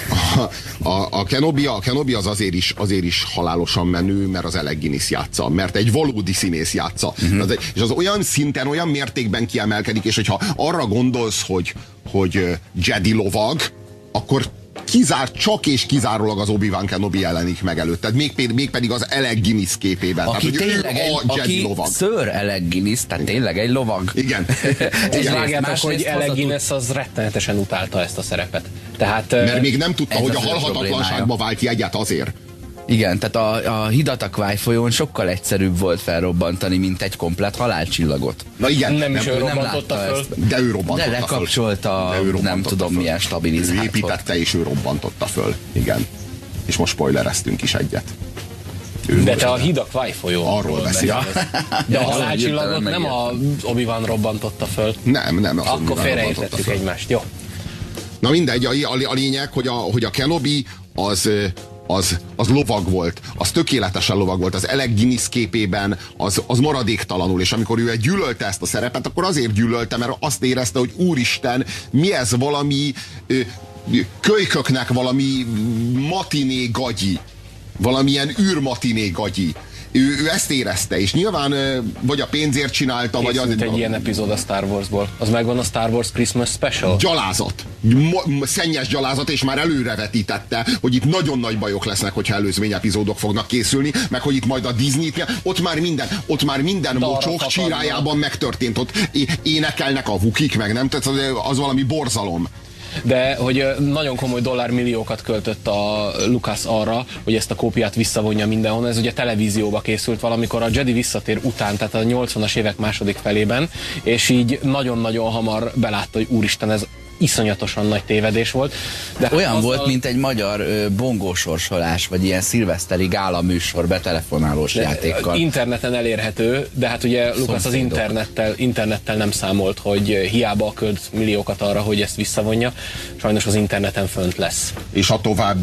A, a, a, Kenobi, a Kenobi az azért is, azért is halálosan menő, mert az Alec Guinness játsza, mert egy valódi színész játsza. Uh-huh. Az, és az olyan szinten, olyan mértékben kiemelkedik, és hogyha arra gondolsz, hogy, hogy Jedi lovag, akkor kizár, csak és kizárólag az Obi-Wan Kenobi jelenik meg előtted, még, még pedig az Alec Guinness képében. Aki tehát, tényleg egy, a Jedi aki lovag. Sir Alec Guinness, tehát tényleg egy lovag. Igen. És vágjátok, hogy Alec Guinness az rettenetesen utálta ezt a szerepet. Tehát, mert még nem tudta, hogy a halhatatlanságba vált jegyet azért. Igen, tehát a, a Hidatakvály folyón sokkal egyszerűbb volt felrobbantani, mint egy komplett halálcsillagot. Na igen, nem, nem is ő nem robbantotta föl. Ezt, de ő robbantotta De lekapcsolta, föl. De ő robbantotta nem tudom föl. milyen stabilizátor. Ő építette és ő robbantotta föl. Igen. És most spoilereztünk is egyet. Ő de te a Hidakvály folyó. Arról beszél. De a halálcsillagot nem a Obi-Wan robbantotta föl. Nem, nem. Akkor félreértettük egymást. Jó. Na mindegy, a, a, a lényeg, hogy a, hogy a Kenobi az... Az, az lovag volt, az tökéletesen lovag volt, az Alec Guinness képében az, az maradéktalanul, és amikor ő gyűlölte ezt a szerepet, akkor azért gyűlölte, mert azt érezte, hogy úristen, mi ez valami ö, kölyköknek valami matiné gagyi, valamilyen űrmatiné gagyi. Ő, ő ezt érezte, és nyilván vagy a pénzért csinálta, Készült vagy az... egy ilyen epizód a Star Warsból. Az megvan a Star Wars Christmas Special? Gyalázat. M- szennyes gyalázat, és már előrevetítette, hogy itt nagyon nagy bajok lesznek, hogyha előzmény epizódok fognak készülni, meg hogy itt majd a Disney-t, ott már minden, ott már minden mocsok csírájában megtörtént, ott énekelnek a Wookieek, meg nem, tehát az valami borzalom. De hogy nagyon komoly dollármilliókat költött a Lucas arra, hogy ezt a kópiát visszavonja mindenhol. Ez ugye televízióba készült valamikor a Jedi visszatér után, tehát a nyolcvanas évek második felében, és így nagyon-nagyon hamar belátta, hogy úristen, ez iszonyatosan nagy tévedés volt. De olyan hát volt, a... mint egy magyar ö, bongósorsolás, vagy ilyen szilveszteri gálaműsor betelefonálós játékkal. Interneten elérhető, de hát ugye Lucas az internettel, internettel nem számolt, hogy hiába költ milliókat arra, hogy ezt visszavonja. Sajnos az interneten fönt lesz. És a további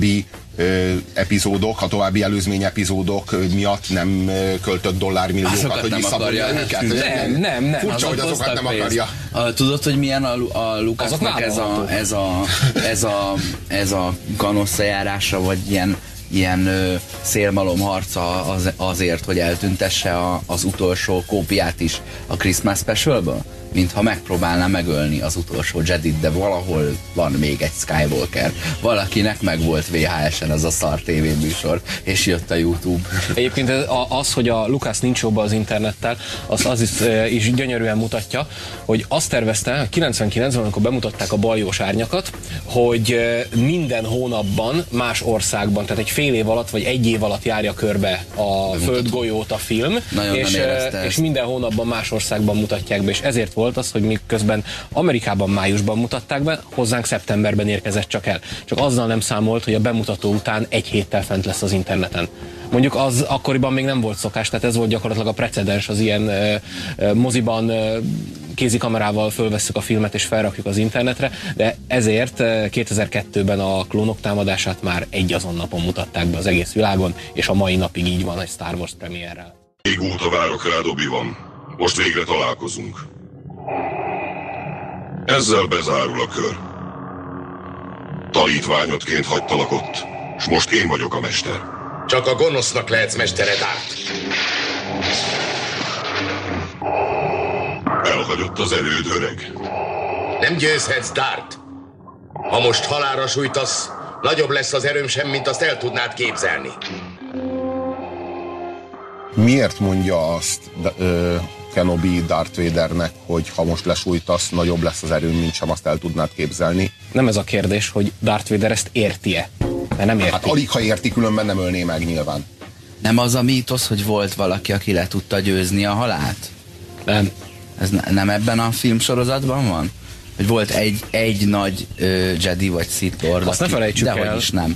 epizódok, a további előzmény epizódok miatt nem költött dollármilliókat, hogy visszavonja őket. Nem, nem, nem. Furcsa, hogy azokat nem akarja. A, tudod, hogy milyen a, a Lucasnak ez a, ez a, ez a, ez a kanosszajárása, vagy ilyen ilyen ö, szélmalom harca az, azért, hogy eltüntesse a, az utolsó kópiát is a Christmas Specialből? Mintha megpróbálná megölni az utolsó Jedit, de valahol van még egy Skywalker. Valakinek meg volt vé há es-en az a szar tévéműsor, és jött a YouTube. Egyébként az, hogy a Lucas nincs jobban az internettel, az, az is, is gyönyörűen mutatja, hogy azt tervezte, kilencvenkilencben, amikor bemutatták a Baljós árnyakat, hogy minden hónapban más országban, tehát egy fél év alatt, vagy egy év alatt járja körbe a földgolyót a film, és, és minden hónapban más országban mutatják be, és ezért volt az, hogy miközben Amerikában májusban mutatták be, hozzánk szeptemberben érkezett csak el. Csak azzal nem számolt, hogy a bemutató után egy héttel fent lesz az interneten. Mondjuk az akkoriban még nem volt szokás, tehát ez volt gyakorlatilag a precedens az ilyen ö, ö, moziban ö, kézikamerával fölvesszük a filmet és felrakjuk az internetre, de ezért ö, kétezer-kettőben a Klónok támadását már egy azon napon mutatták be az egész világon, és a mai napig így van egy Star Wars premierrel. Régóta várok rád, Obi-Wan. Most végre találkozunk. Ezzel bezárul a kör. Tanítványodként hagytalak ott, és most én vagyok a mester. Csak a gonosznak lehetsz mestere, Darth. Elhagyott az erőd, öreg. Nem győzhetsz, Darth. Ha most halálra sújtasz, nagyobb lesz az erőm sem, mint azt el tudnád képzelni. Miért mondja azt de, ö, Kenobi Darth Vadernek, hogy ha most lesújtasz, nagyobb lesz az erőm, mint sem azt el tudnád képzelni? Nem ez a kérdés, hogy Darth Vader ezt érti-e? Mert nem érti. Hát alig, ha érti, különben nem ölné meg nyilván. Nem az a mítosz, hogy volt valaki, aki le tudta győzni a halált? Nem. Ez ne, nem ebben a filmsorozatban van? Hogy volt egy, egy nagy ö, Jedi vagy Sith Lord, azt ne felejtsük el. Dehogy is nem.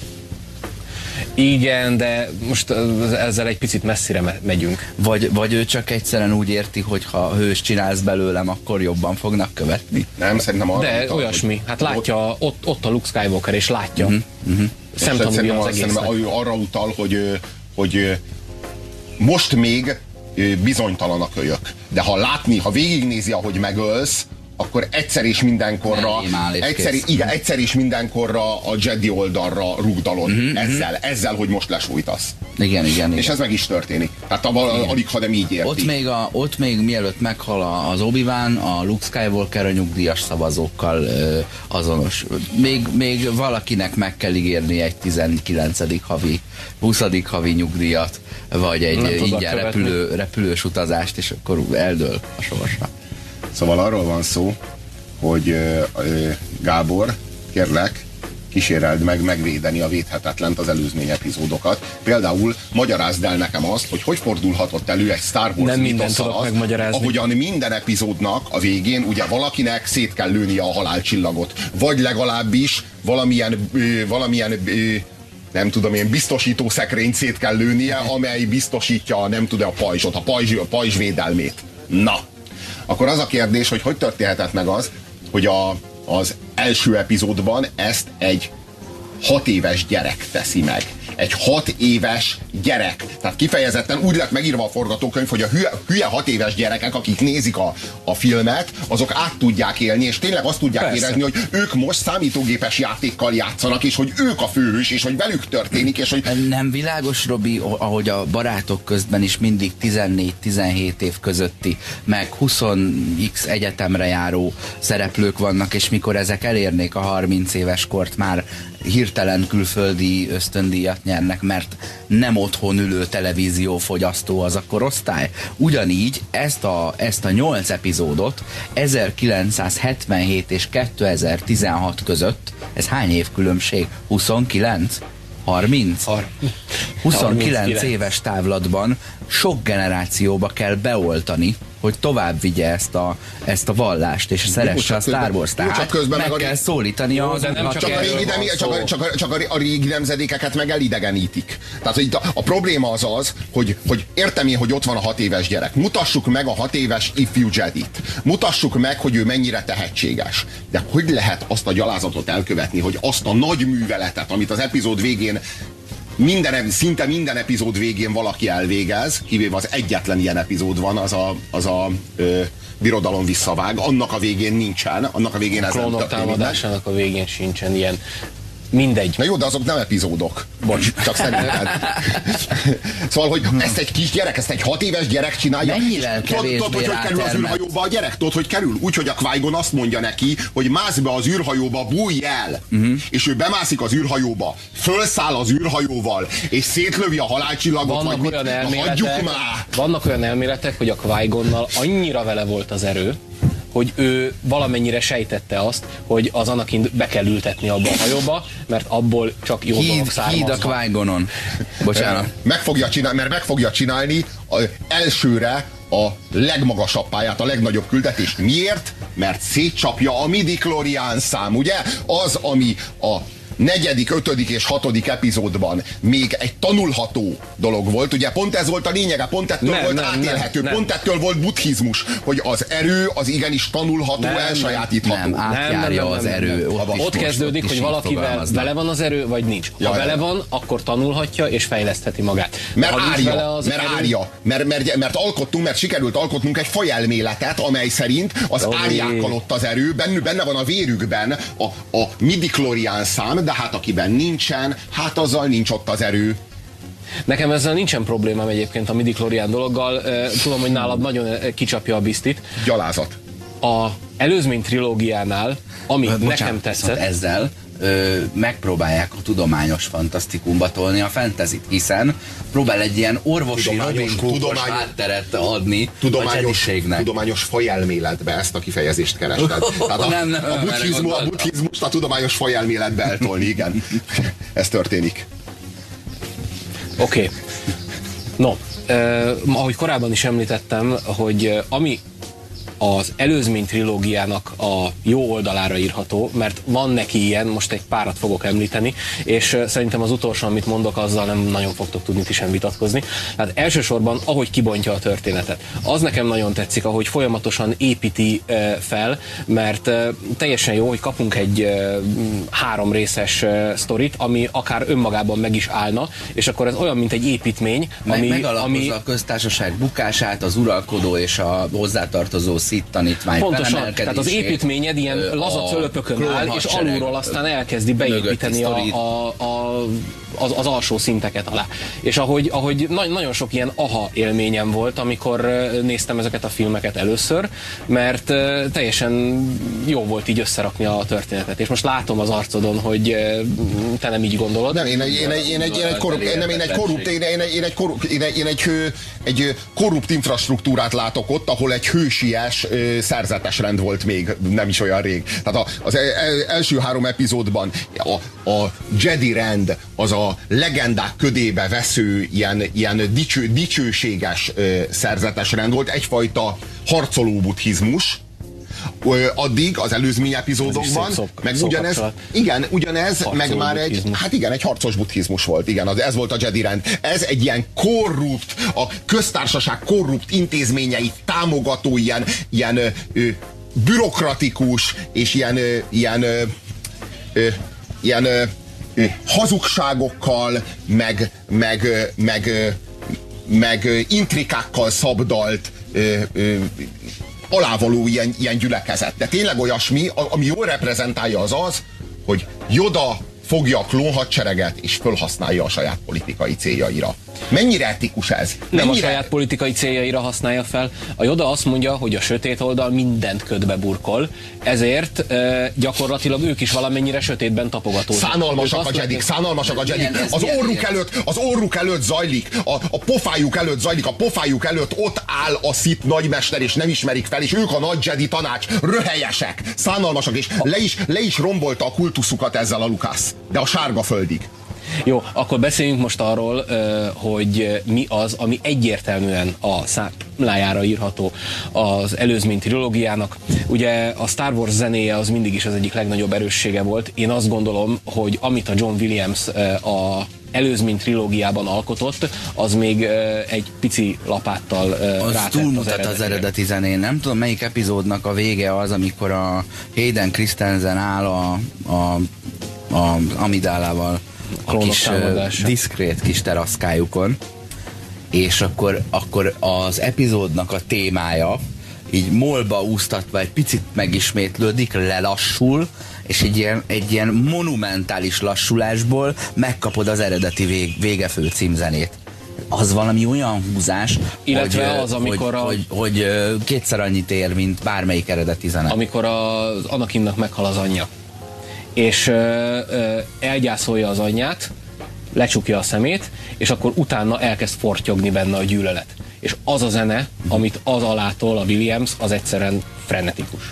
Igen, de most ezzel egy picit messzire megyünk. Vagy, vagy ő csak egyszerűen úgy érti, hogy ha hős csinálsz belőlem, akkor jobban fognak követni? Nem, szerintem arra De utal, olyasmi. hogy... Hát látja, ott, ott a Luke Skywalker, és látja. Uh-huh, uh-huh. Szemtanúja az egésznek. Arra utal, hogy, hogy most még bizonytalan a kölyök. De ha látni, ha végignézi, ahogy megölsz, akkor egyszer és mindenkorra egyszer, igen, egyszer és mindenkorra a Jedi oldalra rúgdalod uh-huh, ezzel, uh-huh. ezzel, hogy most lesújtasz. Igen, igen, és igen. ez meg is történik. Tehát alig, ha nem így érti. Ott még, a, ott még mielőtt meghal az Obi-Wan, a Luke Skywalker a nyugdíjas szavazókkal ö, azonos. Még, még valakinek meg kell ígérni egy tizenkilencedik havi, huszadik havi nyugdíjat, vagy egy ingyen repülő, repülős utazást, és akkor eldől a sorsa. Szóval arról van szó, hogy ö, ö, Gábor, kérlek, kíséreld meg megvédeni a védhetetlent, az előzmény epizódokat. Például magyarázd el nekem azt, hogy hogy fordulhatott elő egy Star Wars mítosszal, ahogyan minden epizódnak a végén ugye valakinek szét kell lőnie a halálcsillagot. Vagy legalábbis valamilyen, ö, valamilyen ö, nem tudom én, biztosító szekrényt szét kell lőnie, amely biztosítja, nem tudom, a pajzsot, a pajzs, a pajzs védelmét. Na! Akkor az a kérdés, hogy hogy történhetett meg az, hogy a, az első epizódban ezt egy hat éves gyerek teszi meg. Egy hat éves gyerek. Tehát kifejezetten úgy lett megírva a forgatókönyv, hogy a hülye, hülye hat éves gyerekek, akik nézik a, a filmet, azok át tudják élni, és tényleg azt tudják Persze. érezni, hogy ők most számítógépes játékkal játszanak, és hogy ők a főhős, és hogy velük történik, és hogy... Nem világos, Robi, ahogy a barátok közben is mindig tizennégy-tizenhét év közötti, meg húsz x egyetemre járó szereplők vannak, és mikor ezek elérnék a harminc éves kort, már hirtelen külföldi ösztöndíjat nyernek, mert nem otthon ülő televíziófogyasztó az a korosztály. Ugyanígy ezt a, ezt a nyolc epizódot ezerkilencszázhetvenhét és kétezer-tizenhat között, ez hány év különbség? huszonkilenc? harminc? huszonkilenc éves távlatban sok generációba kell beoltani, hogy tovább vigye ezt a, ezt a vallást, és szeresse a Star Wars. Tehát meg, meg kell szólítani jó, az de nem csak, csak, a régi, nem, csak, a, csak, a, csak a régi nemzedékeket meg elidegenítik. Tehát hogy a, a probléma az az, hogy, hogy értem én, hogy ott van a hat éves gyerek. Mutassuk meg a hat éves ifjú Jedit. Mutassuk meg, hogy ő mennyire tehetséges. De hogy lehet azt a gyalázatot elkövetni, hogy azt a nagy műveletet, amit az epizód végén Minden, szinte minden epizód végén valaki elvégez, kivéve az egyetlen ilyen epizód van, az a, az a ö, birodalom visszavág, annak a végén nincsen, annak a végén ez nem történik. A klónok támadásának a végén sincsen ilyen. Mindegy. Na jó, de azok nem epizódok. Bocs. Csak szerintem. Szóval, hogy ezt egy kis gyerek, ezt egy hat éves gyerek csinálja. Mennyivel kevésbé Tudod, hogy hogy kerül az űrhajóba a gyerek? Tudod, hogy kerül? Úgy, hogy a Qui-Gon azt mondja neki, hogy mász be az űrhajóba, bújj el! Uh-huh. És ő bemászik az űrhajóba, fölszáll az űrhajóval, és szétlövi a halálcsillagot, vannak vagy olyan mit, elméletek, hagyjuk már! Vannak olyan elméletek, hogy a Qui-Gonnal annyira vele volt az erő, hogy ő valamennyire sejtette azt, hogy az Anakin be kell ültetni abba a hajóba, mert abból csak jó dolgok származnak. Híd a Qui-Gonon. Bocsánat. Meg fogja csinálni, mert meg fogja csinálni a, elsőre a legmagasabb pályát, a legnagyobb küldetést. Miért? Mert szétcsapja a midi-chlorian szám, ugye? Az, ami a negyedik, ötödik és hatodik epizódban még egy tanulható dolog volt, ugye pont ez volt a lényege, pont ettől nem, volt nem, átélhető, nem, pont nem. ettől volt buddhizmus, hogy az erő az igenis tanulható, nem, elsajátítható. Nem, átjárja az erő. Ott, ott, ott kezdődik, hogy valakivel vele van az erő, vagy nincs. Ha ja, vele van, akkor tanulhatja és fejlesztheti magát. Mert árja, mert erő... árja, mert, mert, mert alkottunk, mert sikerült alkotnunk egy fajelméletet, amely szerint az oh, árjákkal ott az erő, benne, benne van a vérükben a, a midi-chlorian szám, de hát akiben nincsen, hát azzal nincs ott az erő. Nekem ezzel nincsen problémám egyébként a midi-chlorian dologgal. Tudom, hogy nálad nagyon kicsapja a bisztit. Gyalázat. A előzmény trilógiánál, ami Bocsánat, nekem tetszett... Ezzel ö, megpróbálják a tudományos fantasztikumba tolni a fantasyt, hiszen próbál egy ilyen orvosi Robin Cookos hátteret adni tudományos, a jediségnek. Tudományos fajelméletbe ezt a kifejezést kerested. Tehát a, nem, nem, a, buddhizmus, a buddhizmust a tudományos fajelméletbe eltolni, igen. Ez történik. Oké. Okay. No, eh, ahogy korábban is említettem, hogy eh, ami az előzmény trilógiának a jó oldalára írható, mert van neki ilyen, most egy párat fogok említeni, és szerintem az utolsó, amit mondok, azzal nem nagyon fogtok tudni ti sem vitatkozni. Hát elsősorban, ahogy kibontja a történetet. Az nekem nagyon tetszik, ahogy folyamatosan építi fel, mert teljesen jó, hogy kapunk egy három részes sztorit, ami akár önmagában meg is állna, és akkor ez olyan, mint egy építmény, meg, ami... Megalapozza ami... a köztársaság bukását, az uralkodó és a hozzátartozó szit tanítvány pontosan, tehát az építményed ilyen laza cölöpökön áll, és alulról aztán elkezdi beépíteni a, a, a, az, az alsó szinteket alá. És ahogy, ahogy na, nagyon sok ilyen aha élményem volt, amikor néztem ezeket a filmeket először, mert uh, teljesen jó volt így összerakni a történetet. És most látom az arcodon, hogy uh, te nem így gondolod. Nem, én egy, én egy, én egy, én egy korrupt, nem, én egy korrupt, én egy, én egy korrupt, én egy, én egy, egy korrupt infrastruktúrát látok ott, ahol egy hősies szerzetes rend volt még nem is olyan rég. Tehát az első három epizódban a, a Jedi rend az a legendák ködébe vesző ilyen, ilyen dicső, dicsőséges szerzetes rend volt, egyfajta harcoló buddhizmus. Addig az előzmény epizódokban, szok, meg ugyanez, igen, ugyanez, harcoló meg már egy, hát igen, egy harcos buddhizmus volt, igen, az, ez volt a Jedi rend. Ez egy ilyen korrupt, a köztársaság korrupt intézményeit támogató, ilyen, ilyen ö, bürokratikus, és ilyen, ö, ilyen, ö, ö, ilyen ö, ö, hazugságokkal, meg, meg, ö, meg, ö, meg ö, intrikákkal szabdalt ö, ö, alávaló ilyen, ilyen gyülekezet. De tényleg olyasmi, ami jól reprezentálja az az, hogy Yoda fogja a klónhadsereget és fölhasználja a saját politikai céljaira. Mennyire etikus ez? Nem Mennyire... a saját politikai céljaira használja fel. A Yoda azt mondja, hogy a sötét oldal mindent ködbe burkol, ezért e, gyakorlatilag ők is valamennyire sötétben tapogatóznak. Szánalmasak a jedik, szánalmasak a jedik. Az orruk előtt, az orruk előtt zajlik, a, a pofájuk előtt zajlik, a pofájuk előtt ott áll a Sith nagymester, és nem ismerik fel, és ők a nagy Jedi tanács, röhelyesek, szánalmasak, és le is, le is rombolta a kultuszukat ezzel a Lucas, de a sárga földig. Jó, akkor beszéljünk most arról, hogy mi az, ami egyértelműen a számlájára írható az előzmény trilógiának. Ugye a Star Wars zenéje az mindig is az egyik legnagyobb erőssége volt. Én azt gondolom, hogy amit a John Williams a előzmény trilógiában alkotott, az még egy pici lapáttal az rátett túlmutat az, az eredeti zenén. Nem tudom, melyik epizódnak a vége az, amikor a Hayden Christensen áll a, a, a Amidálával a kis uh, diszkrét kis teraszkájukon, és akkor, akkor az epizódnak a témája így molba úsztatva egy picit megismétlődik, lelassul, és egy ilyen, egy ilyen monumentális lassulásból megkapod az eredeti vég, végefő címzenét. Az valami olyan húzás, illetve hogy, az, amikor hogy, a... hogy, hogy kétszer annyit ér, mint bármelyik eredeti zene. Amikor az Anakinnak meghal az anyja, és ö, ö, elgyászolja az anyját, lecsukja a szemét, és akkor utána elkezd fortyogni benne a gyűlölet. És az a zene, amit az alától a Williams, az egyszerűen frenetikus.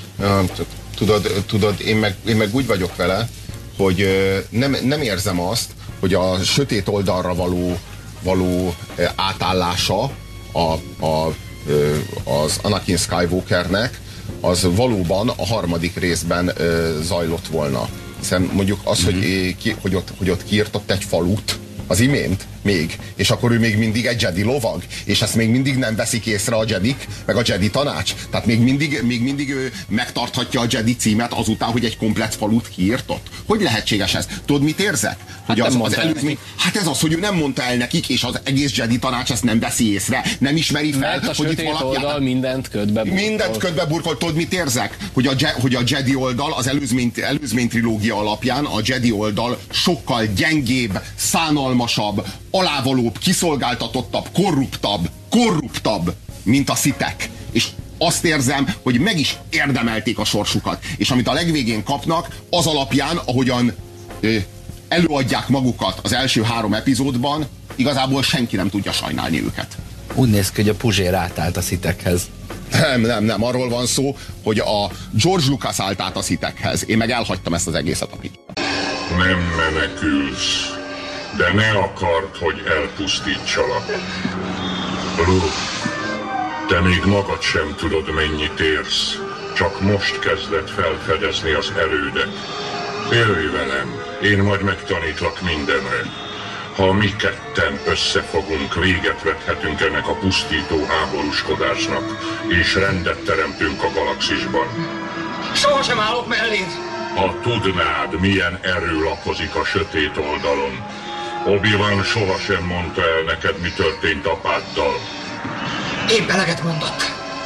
Tudod, tudod én, meg, én meg úgy vagyok vele, hogy nem, nem érzem azt, hogy a sötét oldalra való, való átállása a, a, az Anakin Skywalkernek az valóban a harmadik részben zajlott volna. Hiszen mondjuk az, mm-hmm. hogy, ki, hogy, ott, hogy ott kiirtott egy falut az imént, még, és akkor ő még mindig egy Jedi lovag, és ezt még mindig nem veszik észre a Jedik, meg a Jedi tanács. Tehát még mindig, még mindig ő megtarthatja a Jedi címet azután, hogy egy komplett falut kiirtott. Hogy lehetséges ez? Tudod, mit érzek? Hogy hát, az, az előzmény, hát ez az, hogy ő nem mondta el nekik, és az egész Jedi tanács ezt nem veszi észre, nem ismeri fel, mert a hogy itt valaki... oldal mindent ködbe burkol. Mindent ködbe burkol. Tudod, mit érzek? Hogy a, Je, hogy a Jedi oldal, az előzmény, előzmény trilógia alapján a Jedi oldal sokkal gyengébb, szánalmasabb, alávalóbb, kiszolgáltatottabb, korruptabb, korruptabb, mint a szitek. És azt érzem, hogy meg is érdemelték a sorsukat. És amit a legvégén kapnak, az alapján, ahogyan ö, előadják magukat az első három epizódban, igazából senki nem tudja sajnálni őket. Úgy néz ki, hogy a Puzsér átállt a szitekhez. Nem, nem, nem. Arról van szó, hogy a George Lucas állt át a szitekhez. Én meg elhagytam ezt az egészet. Amit... Nem menekülsz, de ne akard, hogy elpusztítsalak. Luke, te még magad sem tudod, mennyit érsz. Csak most kezdett felfedezni az erődet. Jöjj velem, én majd megtanítlak mindenre. Ha mi ketten összefogunk, véget vethetünk ennek a pusztító háborúskodásnak, és rendet teremtünk a galaxisban. Sohasem állok melléd! Ha tudnád, milyen erő lakozik a sötét oldalon. Obi-Wan sohasem mondta el neked, mi történt apáddal. Épp eleget mondott.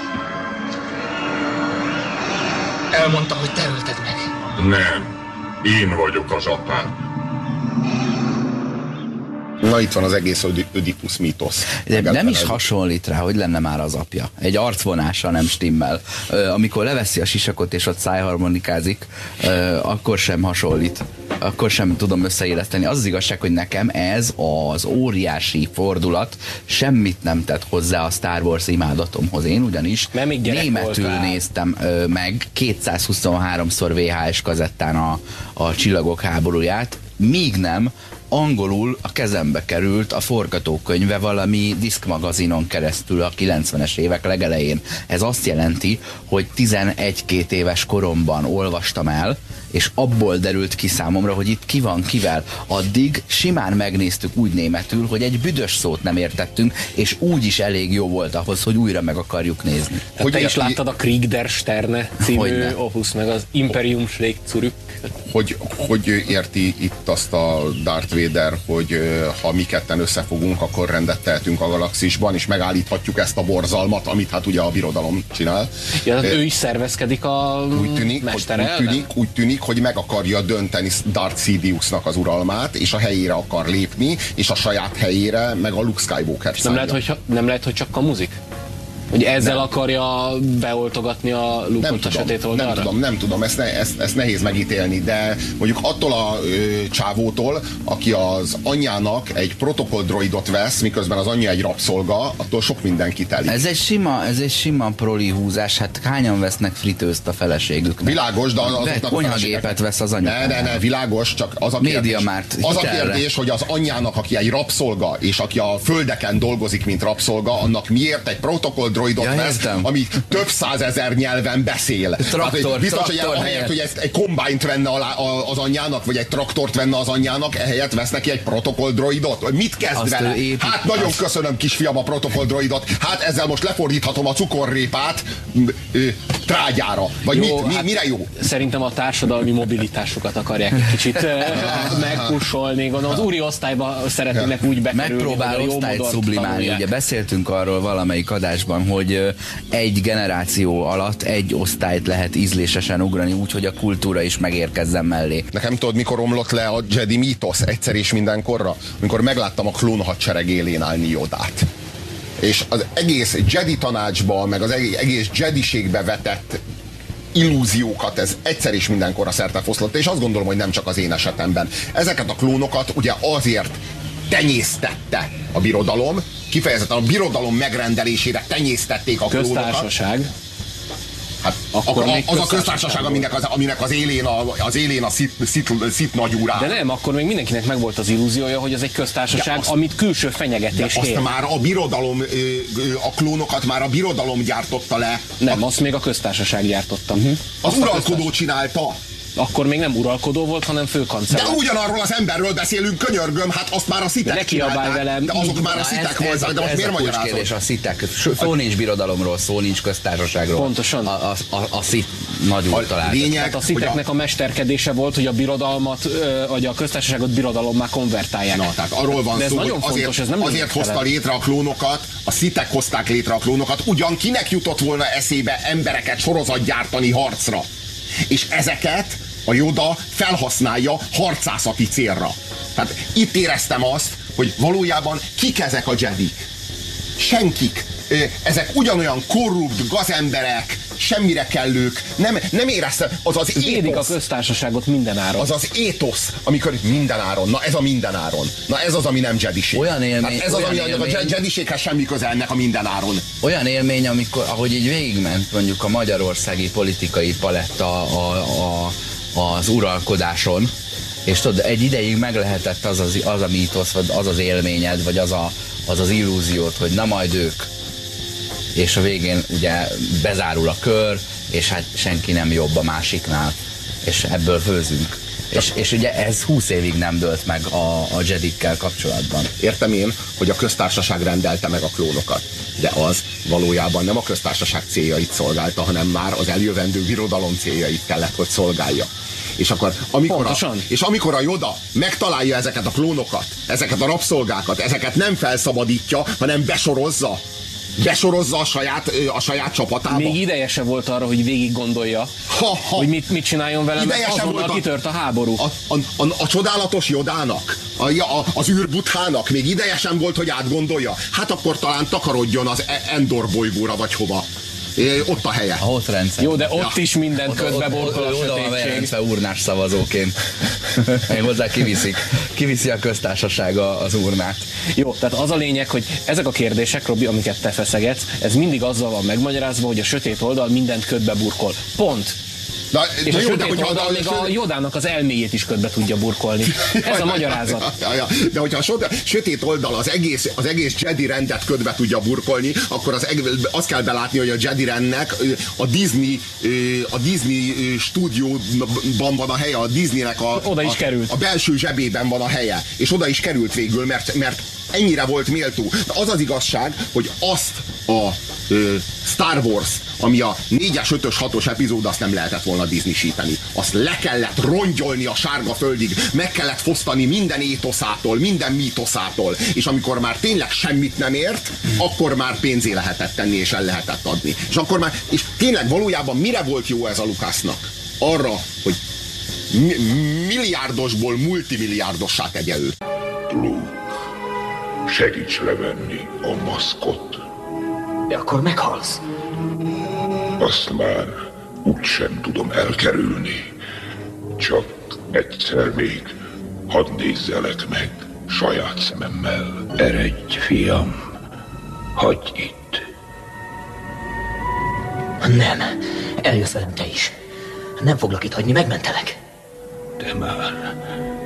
Elmondta, hogy te ölted meg. Nem. Én vagyok az apád. Na itt van az egész Ödipusz mítosz. De nem is hasonlít rá, hogy lenne már az apja. Egy arcvonása nem stimmel. Ö, amikor leveszi a sisakot és ott szájharmonikázik, ö, akkor sem hasonlít. Akkor sem tudom összeéleszteni. Az az igazság, hogy nekem ez az óriási fordulat semmit nem tett hozzá a Star Wars imádatomhoz. Én ugyanis németül néztem ö, meg kétszázhuszonháromszor vé há es kazettán a, a Csillagok háborúját, míg nem angolul a kezembe került a forgatókönyve valami diszkmagazinon keresztül a kilencvenes évek legelején. Ez azt jelenti, hogy tizenegy-két éves koromban olvastam el, és abból derült ki számomra, hogy itt ki van kivel. Addig simán megnéztük úgy németül, hogy egy büdös szót nem értettünk, és úgy is elég jó volt ahhoz, hogy újra meg akarjuk nézni. Hogy te is láttad a Krieg der Sterne című opus, meg az Imperium schlägt zurück? Hogy, hogy érti itt azt a Darth Vader, hogy ha mi ketten összefogunk, akkor rendet tehetünk a galaxisban, és megállíthatjuk ezt a borzalmat, amit hát ugye a birodalom csinál. Ja, ő is szervezkedik a úgy tűnik, mestere hogy, úgy, tűnik, úgy tűnik, hogy meg akarja dönteni Darth Sidiousnak az uralmát, és a helyére akar lépni, és a saját helyére meg a Luke Skywalker nem lehet, hogy, nem lehet, hogy csak kamuzik? Hogy ezzel nem. akarja beoltogatni a Luke-ot a sötét oldalra? Nem tudom, nem tudom, ezt, ne, ezt, ezt nehéz megítélni, de mondjuk attól a ö, csávótól, aki az anyjának egy protokolldroidot vesz, miközben az anyja egy rabszolga, attól sok minden kitelik. Ez egy sima, ez egy sima proli húzás, hát hányan vesznek fritőzt a feleségüknek? Világos, de azoknak a konyhagépet vesz az anyja. Ne, ne, ne, világos, csak az a kérdés, az a kérdés, hogy az anyjának, aki egy rabszolga, és aki a földeken dolgozik, mint rabszolga, annak miért egy protokolldroidot ja, vesz, ami több százezer nyelven beszél. Traktor, hát, biztos, traktor hogy ahelyett, hogy ezt egy kombányt venne alá az anyjának, vagy egy traktort venne az anyjának, ehelyett vesz neki egy protokolldroidot. Mit kezd azt vele? Épít, hát nagyon azt... köszönöm, kisfiam, a protokolldroidot. Hát ezzel most lefordíthatom a cukorrépát trágyára. Vagy jó, mit, mi, hát mire jó? Szerintem a társadalmi mobilitásokat akarják egy kicsit megpusolni. Gondolom, az úri osztályba szeretnének úgy bekerülni. Megpróbál osztályt sublimálni. Ugye beszéltünk arról valamelyik adásban, hogy egy generáció alatt egy osztályt lehet ízlésesen ugrani, úgyhogy a kultúra is megérkezzen mellé. Nekem tudod, mikor omlott le a Jedi mítosz egyszer és mindenkorra? Amikor megláttam a klónhadsereg élén állni Yodát. És az egész Jedi tanácsba, meg az egész Jediségbe vetett illúziókat ez egyszer és mindenkorra szerte foszlott, és azt gondolom, hogy nem csak az én esetemben. Ezeket a klónokat ugye azért tenyésztette a birodalom, kifejezetten a birodalom megrendelésére tenyésztették a klónokat. Köztársaság. Hát akkor a, az a köztársaság, aminek az, aminek az élén a, az élén a szit, szit, szit nagyúrá. De nem, akkor még mindenkinek megvolt az illúziója, hogy ez egy köztársaság, azt, amit külső fenyegetés ér. Azt már a birodalom, a klónokat már a birodalom gyártotta le. Nem, a, azt még a köztársaság gyártotta. Hm? Az azt uralkodó csinálta. Akkor még nem uralkodó volt, hanem főkancellár. De ugyanarról az emberről beszélünk, könyörgöm, hát azt már a szitek csinálták. Velem. De azok már a szitek voltak, de most miért magyarázod? A szitek. Szó nincs birodalomról, szó nincs köztársaságról. Pontosan. A, a, a, a szit nagy úr találta. Hát a sziteknek a... a mesterkedése volt, hogy a birodalmat, vagy a köztársaságot birodalommá konvertálják. Na, tehát arról van szó, hogy fontos, azért, ez nem azért hozta létre a klónokat, a szitek hozták létre a klónokat, ugyan kinek jutott volna eszébe embereket sorozatgyártani harcra. És ezeket a Yoda felhasználja harcászati célra. Tehát itt éreztem azt, hogy valójában kik ezek a Jedik? Senkik. Ezek ugyanolyan korrupt gazemberek, semmire kellők. Nem, nem éreztem, az az étosz. Védik a köztársaságot mindenáron. Az az étosz, amikor mindenáron. Na ez a mindenáron. Na ez az, ami nem jediség. Olyan élmény. Hát ez olyan az, ami élmény, a jediséghez semmi köze ennek a mindenáron. Olyan élmény, amikor, ahogy így végigment mondjuk a magyarországi politikai paletta a, a, az uralkodáson, és tudod, egy ideig meg lehetett az, az, az a mítosz, vagy az az élményed, vagy az, a, az az illúziót, hogy na majd ők. És a végén ugye bezárul a kör, és hát senki nem jobb a másiknál, és ebből főzünk. És, és ugye ez húsz évig nem dőlt meg a, a Jedikkel kapcsolatban. Értem én, hogy a köztársaság rendelte meg a klónokat, de az valójában nem a köztársaság céljait szolgálta, hanem már az eljövendő birodalom céljait kellett, hogy szolgálja. És akkor, amikor a, és amikor a Yoda megtalálja ezeket a klónokat, ezeket a rabszolgákat, ezeket nem felszabadítja, hanem besorozza, besorozza a saját, a saját csapatába. Még ideje se volt arra, hogy végig gondolja, ha, ha. hogy mit, mit csináljon velem, mert azonnal kitört a háború. A, a, a, a csodálatos Yodának, a, a, az űrbuthának még ideje sem volt, hogy átgondolja. Hát akkor talán takarodjon az Endor bolygóra, vagy hova. É, ott a helye. A ott rendszer. Jó, de ott ja. is mindent közbe borkol a sötétség. Oda van bejelentve urnás szavazóként. Én hozzá kiviszik. Kiviszi a köztársasága az urnát. Jó, tehát az a lényeg, hogy ezek a kérdések, Robi, amiket te feszegetsz, ez mindig azzal van megmagyarázva, hogy a sötét oldal mindent ködbe burkol. Pont. Na, és a jó, sötét de hogyha oldal még a Yodának az elméjét is ködbe tudja burkolni. Ez a magyarázat. Ja, ja, de hogyha a sötét oldal az egész, az egész Jedi rendet ködbe tudja burkolni, akkor az, azt kell belátni, hogy a Jedi rendnek a Disney, a Disney stúdióban van a helye, a Disneynek a, oda is a, került. a belső zsebében van a helye. És oda is került végül, mert, mert ennyire volt méltó. De az az igazság, hogy azt a ö, Star Wars, ami a négyes, ötös, hatos epizód, azt nem lehetett volna Disney-síteni. Azt le kellett rongyolni a sárga földig, meg kellett fosztani minden étoszától, minden mítoszától, és amikor már tényleg semmit nem ért, akkor már pénzé lehetett tenni, és el lehetett adni. És akkor már, és tényleg valójában mire volt jó ez a Lucasnak? Arra, hogy mi- milliárdosból multimilliárdossá tegye őt. Luke, segíts levenni a maszkot. De akkor meghalsz. Azt már úgysem tudom elkerülni. Csak egyszer még hadd nézzelek meg saját szememmel. Eredj, fiam, hagyj itt. Nem, eljössz velem te is. Nem foglak itt hagyni, megmentelek. Te már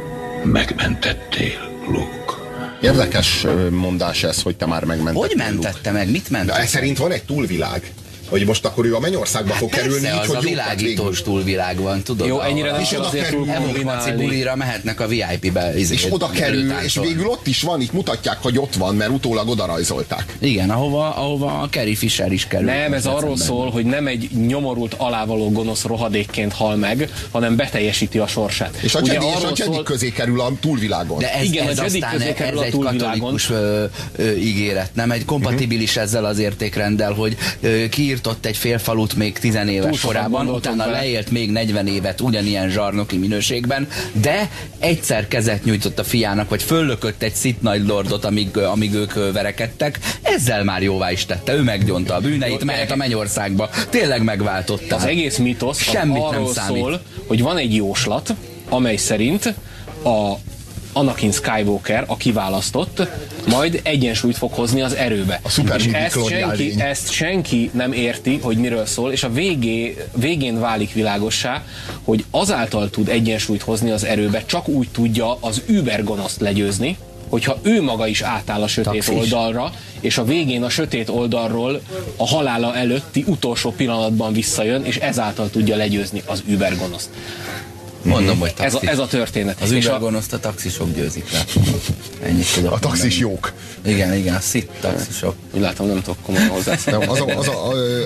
megmentettél, Luke. Érdekes mondás ez, hogy te már megmentettél. Hogy mentette meg? Mit mentette? De ez szerint van egy túlvilág. Hogy most akkor ő a mennyországba hát fog persze, kerülni, az így, a hogy világítós túlvilág van, tudod? Jó, ennyire nem kell azért túl kombinálni. Bulira mehetnek a vé i pé-be. És oda kerül, és végül ott is van, itt mutatják, hogy ott van, mert utólag oda rajzolták. Igen, ahova, ahova a Carrie Fisher is kerül. Nem, ez arról szól, hogy nem egy nyomorult alávaló gonosz rohadékként hal meg, hanem beteljesíti a sorsát. És a Jedi, és a Jedi szól... közé kerül a túlvilágon. De ez, igen, ez a Jedi aztán közé kerül ez a egy túlvilágon. katolikus ö, ö, ígéret, nem? Egy kompatibilis uh-huh. ezzel az értékrenddel, hogy ö, kiírtott egy félfalut még tizenéves korában, utána be. leélt még negyven évet ugyanilyen zsarnoki minőségben, de egyszer kezet nyújtott a fiának, vagy föllökött egy Sith Nagy Lordot, amíg, amíg ők verekedtek, ezzel már jóvá is tette, ő meggyonta a bűneit, mehet a mennyországba, tényleg megváltotta. Az egész mítosz arról szól, hogy van egy jóslat, amely szerint a Anakin Skywalker, a kiválasztott, majd egyensúlyt fog hozni az erőbe. A és ezt senki, ezt senki nem érti, hogy miről szól, és a végé, végén válik világossá, hogy azáltal tud egyensúlyt hozni az erőbe, csak úgy tudja az übergonoszt legyőzni, hogyha ő maga is átáll a sötét Taxis. oldalra, és a végén a sötét oldalról a halála előtti utolsó pillanatban visszajön, és ezáltal tudja legyőzni az übergonoszt. Mondom, hogy ez a, ez a történet. Az übergonoszt a taxisok győzik le. Ennyit tudok. A taxis jók. Igen, igen, a Sith taxisok. Úgy látom, nem tudok komolyan hozzászólni. Az a, az, a,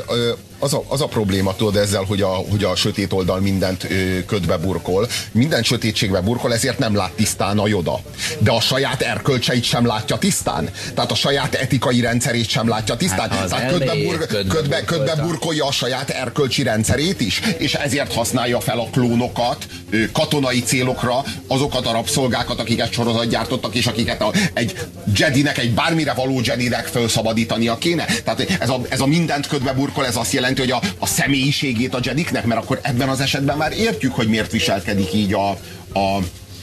az, a, az a probléma, tudod, ezzel, hogy a, hogy a sötét oldal mindent ö, ködbe burkol, minden sötétségbe burkol, ezért nem lát tisztán a Yoda. De a saját erkölcseit sem látja tisztán. Tehát a saját etikai rendszerét sem látja tisztán. Hát, Tehát ködbe, bur, ködbe, ködbe, ködbe burkolja a saját erkölcsi rendszerét is, és ezért használja fel a klónokat ö, katonai célokra, azokat a rabszolgákat, akiket sorozat gyártottak, és akiket a, egy Jedinek, egy bármire való Jedinek felszabadítania kéne. Tehát ez a, ez a mindent ködbe burkol, ez azt jelenti, hogy a, a személyiségét a Jediknek, mert akkor ebben az esetben már értjük, hogy miért viselkedik így a, a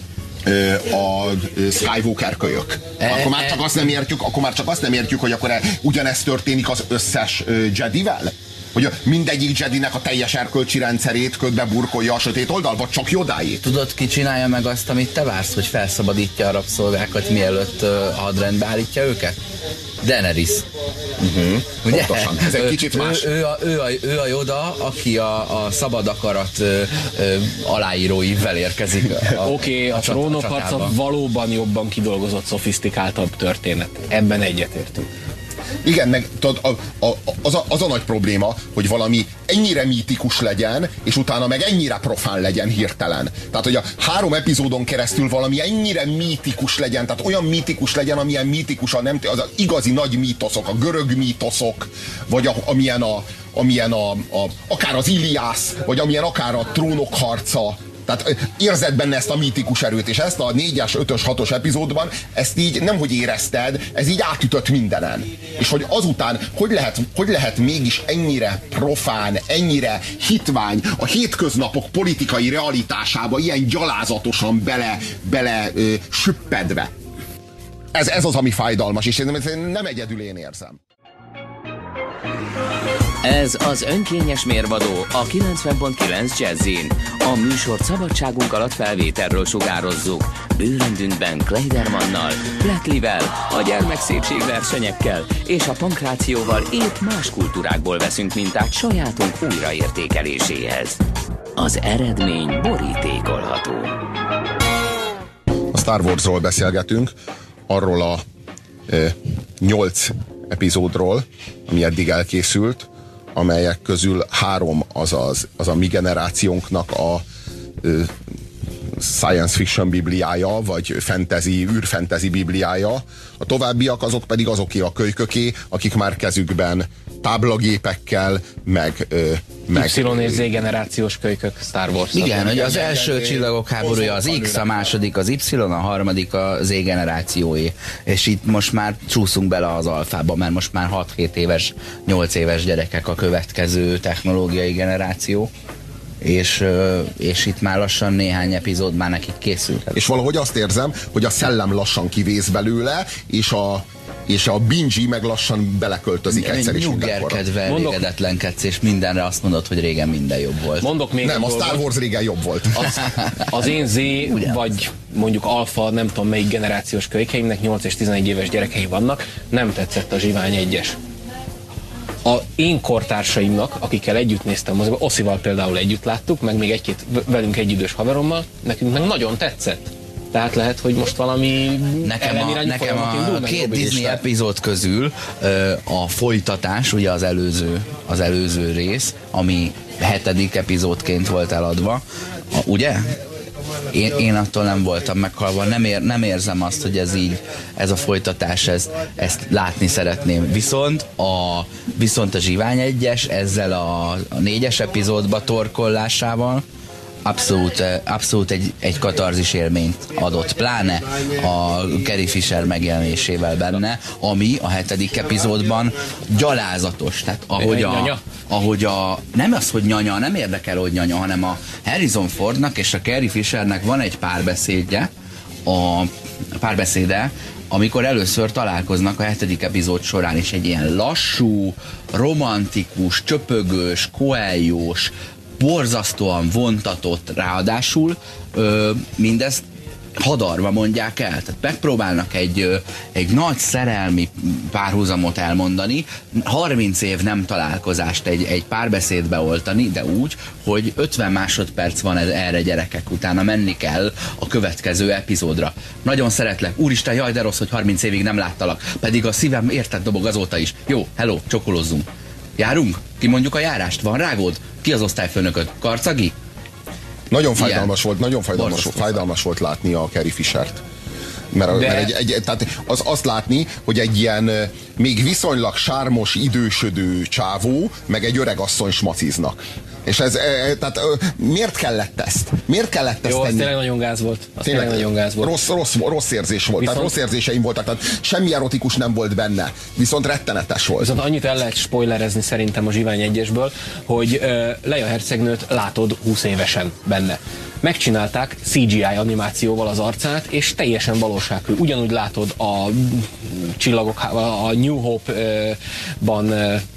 a Skywalker kölyök. Akkor már csak azt nem értjük, akkor már csak azt nem értjük, hogy akkor ugyanezt történik az összes Jedivel? Hogy mindegyik Jedinek a teljes erkölcsi rendszerét ködbe burkolja a sötét oldal, vagy csak Jodáét? Tudod, ki csinálja meg azt, amit te vársz, hogy felszabadítja a rabszolgákat, mielőtt a hadrendbe állítja őket? Daenerys. Uh-huh. Ugye? Pontosan. Ez egy kicsit más. Ő, ő, a, ő, a, ő a Yoda, aki a, a szabad akarat ö, ö, aláíróival érkezik. Oké, okay, a, a trónokharca valóban jobban kidolgozott, szofisztikáltabb történet. Ebben egyetértünk. Igen, meg tudod, a, a, az, a, az a nagy probléma, hogy valami ennyire mítikus legyen, és utána meg ennyire profán legyen hirtelen. Tehát, hogy a három epizódon keresztül valami ennyire mítikus legyen, tehát olyan mítikus legyen, amilyen mítikus a, nem, az a igazi nagy mítoszok, a görög mítoszok, vagy a, amilyen, a, amilyen a, a, akár az Iliász, vagy amilyen akár a trónok harca. Tehát érzed benne ezt a mítikus erőt, és ezt a négyes, ötös, hatos epizódban, ezt így nemhogy érezted, ez így átütött mindenen. És hogy azután, hogy lehet, hogy lehet mégis ennyire profán, ennyire hitvány, a hétköznapok politikai realitásába ilyen gyalázatosan bele, bele ö, süppedve. Ez, ez az, ami fájdalmas, és én nem egyedül én érzem. Ez az önkényes mérvadó a kilencven pont kilenc Jazzin. A műsort szabadságunk alatt felvételről sugározzuk. Bőröndünkben Kleidermannal, Blacklivel, a gyermekszépségversenyekkel és a pankrációval épp más kultúrákból veszünk mintát sajátunk újraértékeléséhez. Az eredmény borítékolható. A Star Warsról beszélgetünk, arról a nyolc epizódról, ami eddig elkészült, amelyek közül három az, az, az a mi generációnknak a ö, science fiction bibliája, vagy fantasy, űrfantasy bibliája. A továbbiak azok pedig azoké a kölyköké, akik már kezükben táblagépekkel, meg, ö, meg Y és Z generációs kölykök Star Wars. Igen, hogy az első Csillagok háborúja az X, a második az Y, a harmadik a Z generációé. És itt most már csúszunk bele az alfába, mert most már hat-hét éves, nyolc éves gyerekek a következő technológiai generáció. És, és itt már lassan néhány epizód már nekik készülhet. És valahogy azt érzem, hogy a szellem lassan kivész belőle, és a és a binge meg lassan beleköltözik egyszer is mindenkorra. Nyuggerkedve, elégedetlenkedsz, és mindenre azt mondod, hogy régen minden jobb volt. Mondok még nem, a Star Wars régen jobb volt. Az, az én Z, vagy mondjuk alfa, nem tudom melyik generációs kölykeimnek nyolc és tizenegy éves gyerekei vannak, nem tetszett a Zsivány egyes. A én kortársaimnak, akikkel együtt néztem moziba, Oszival például együtt láttuk, meg még egy-két velünk egyidős haverommal, nekünk meg nagyon tetszett. Tehát lehet, hogy most valami nekem a, nekem a két Disney epizód közül a folytatás, ugye az előző, az előző rész, ami hetedik epizódként volt eladva, a, ugye? Én, én attól nem voltam meghalva, nem, ér, nem érzem azt, hogy ez így, ez a folytatás, ez, ezt látni szeretném. Viszont a, viszont a Zsivány egyes ezzel a, a négyes epizódba torkollásával abszolút, abszolút egy, egy katarzis élményt adott, pláne a Carrie Fisher megjelenésével benne, ami a hetedik epizódban gyalázatos. Tehát ahogy a, ahogy a, nem az, hogy nyanya, nem érdekel, hogy nyanya, hanem a Harrison Fordnak és a Carrie Fishernek van egy párbeszédje, a párbeszéde, amikor először találkoznak a hetedik epizód során, és egy ilyen lassú, romantikus, csöpögős, koeljós, borzasztóan vontatott, ráadásul ö, mindezt hadarva mondják el. Tehát megpróbálnak egy, ö, egy nagy szerelmi párhuzamot elmondani, harminc év nem találkozást egy, egy párbeszédbe oltani, de úgy, hogy ötven másodperc van erre, gyerekek, utána menni kell a következő epizódra. Nagyon szeretlek, úristen, jaj, de rossz, hogy harminc évig nem láttalak, pedig a szívem érted dobog azóta is. Jó, hello, csokolozzunk. Járunk? Kimondjuk a járást? Van rágód? Ki az osztályfőnököd? Karcagi? Nagyon fájdalmas volt, nagyon fájdalmas, fájdalmas volt látni a Carrie Fishert. Mert, De... mert egy, egy, tehát az, azt látni, hogy egy ilyen még viszonylag sármos, idősödő csávó, meg egy öreg asszony smaciznak. És ez, e, tehát miért kellett ezt? Miért kellett ezt Jó, tenni? az tényleg nagyon gáz volt. Az tényleg, tényleg nagyon gáz volt. Rossz, rossz, rossz érzés volt. Viszont... Tehát rossz érzéseim voltak, tehát semmi erotikus nem volt benne. Viszont rettenetes volt. Viszont annyit el lehet spoilerezni szerintem a Zsivány egyesből, hogy uh, Leia hercegnőt látod húsz évesen benne. Megcsinálták cé gé i animációval az arcát, és teljesen valóságű. Ugyanúgy látod a csillagok, a New Hope-ban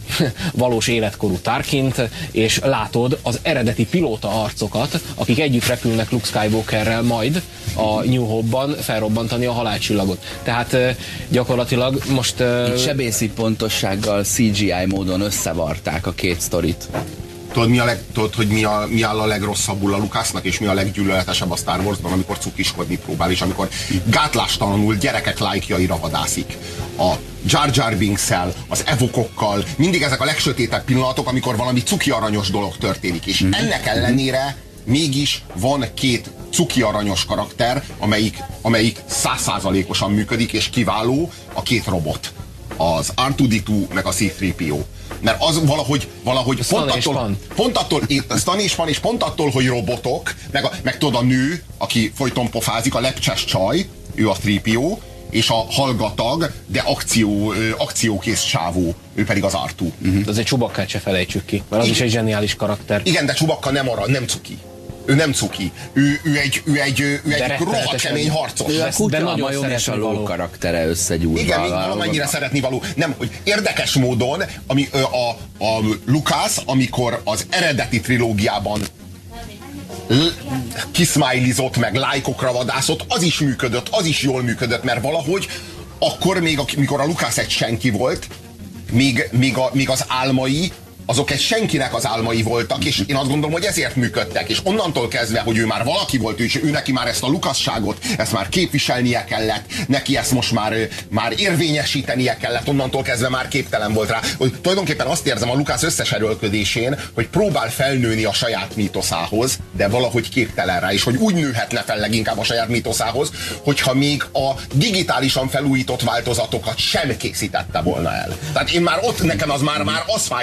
valós életkorú Tarkint, és látod az eredeti pilóta arcokat, akik együtt repülnek Luke Skywalkerrel majd a New Hope-ban felrobbantani a halálcsillagot. Tehát gyakorlatilag most... Itt sebészi pontossággal cé gé i módon összevarták a két sztorit. Tudod, mi a leg, tudod, hogy mi, a, mi áll a legrosszabbul a Lucasnak, és mi a leggyűlöletesebb a Star Warsban, amikor cukiskodni próbál, és amikor gátlástalanul gyerekek lájkjaira vadászik. A Jar Jar Binks-szel, az evokokkal, mindig ezek a legsötétebb pillanatok, amikor valami cuki aranyos dolog történik, és ennek ellenére mégis van két cuki aranyos karakter, amelyik, amelyik száz százalékosan működik, és kiváló, a két robot. Az R two D two meg a C three P O. Mert az valahogy, valahogy pont attól, pont attól, Stan és Pan, és pont attól, hogy robotok, meg, a, meg tudod, a nő, aki folyton pofázik, a lepcses csaj, ő a három P O, és a hallgatag, de akció, akciókész csávó, ő pedig az R two. Uh-huh. De azért Chewbaccát se felejtsük ki, mert az igen. Is egy zseniális karakter. Igen, de Chewbacca nem arra, nem cuki. Ő nem cuki. Ő, ő egy, ő egy, ő egy rohadt kemény harcos. Ő a kutya, a majom és a ló karaktere összegyúrva. Igen, még valamennyire szeretni való. Nem, hogy érdekes módon, ami, a, a, a Lucas, amikor az eredeti trilógiában kiszmájlizott, meg lájkokra vadászott, az is működött, az is jól működött, mert valahogy akkor még, amikor a Lucas egy senki volt, még, még, a, még az álmai, azok egy senkinek az álmai voltak, és én azt gondolom, hogy ezért működtek, és onnantól kezdve, hogy ő már valaki volt, és ő neki már ezt a Lucasságot, ezt már képviselnie kellett, neki ezt most már, már érvényesítenie kellett, onnantól kezdve már képtelen volt rá. Hogy tulajdonképpen azt érzem a Lucas összes erőlködésén, hogy próbál felnőni a saját mítoszához, de valahogy képtelen rá, és hogy úgy nőhetne fel leginkább a saját mítoszához, hogyha még a digitálisan felújított változatokat sem készítette volna el. Tehát én már ott, nekem az már, már az fájdalmas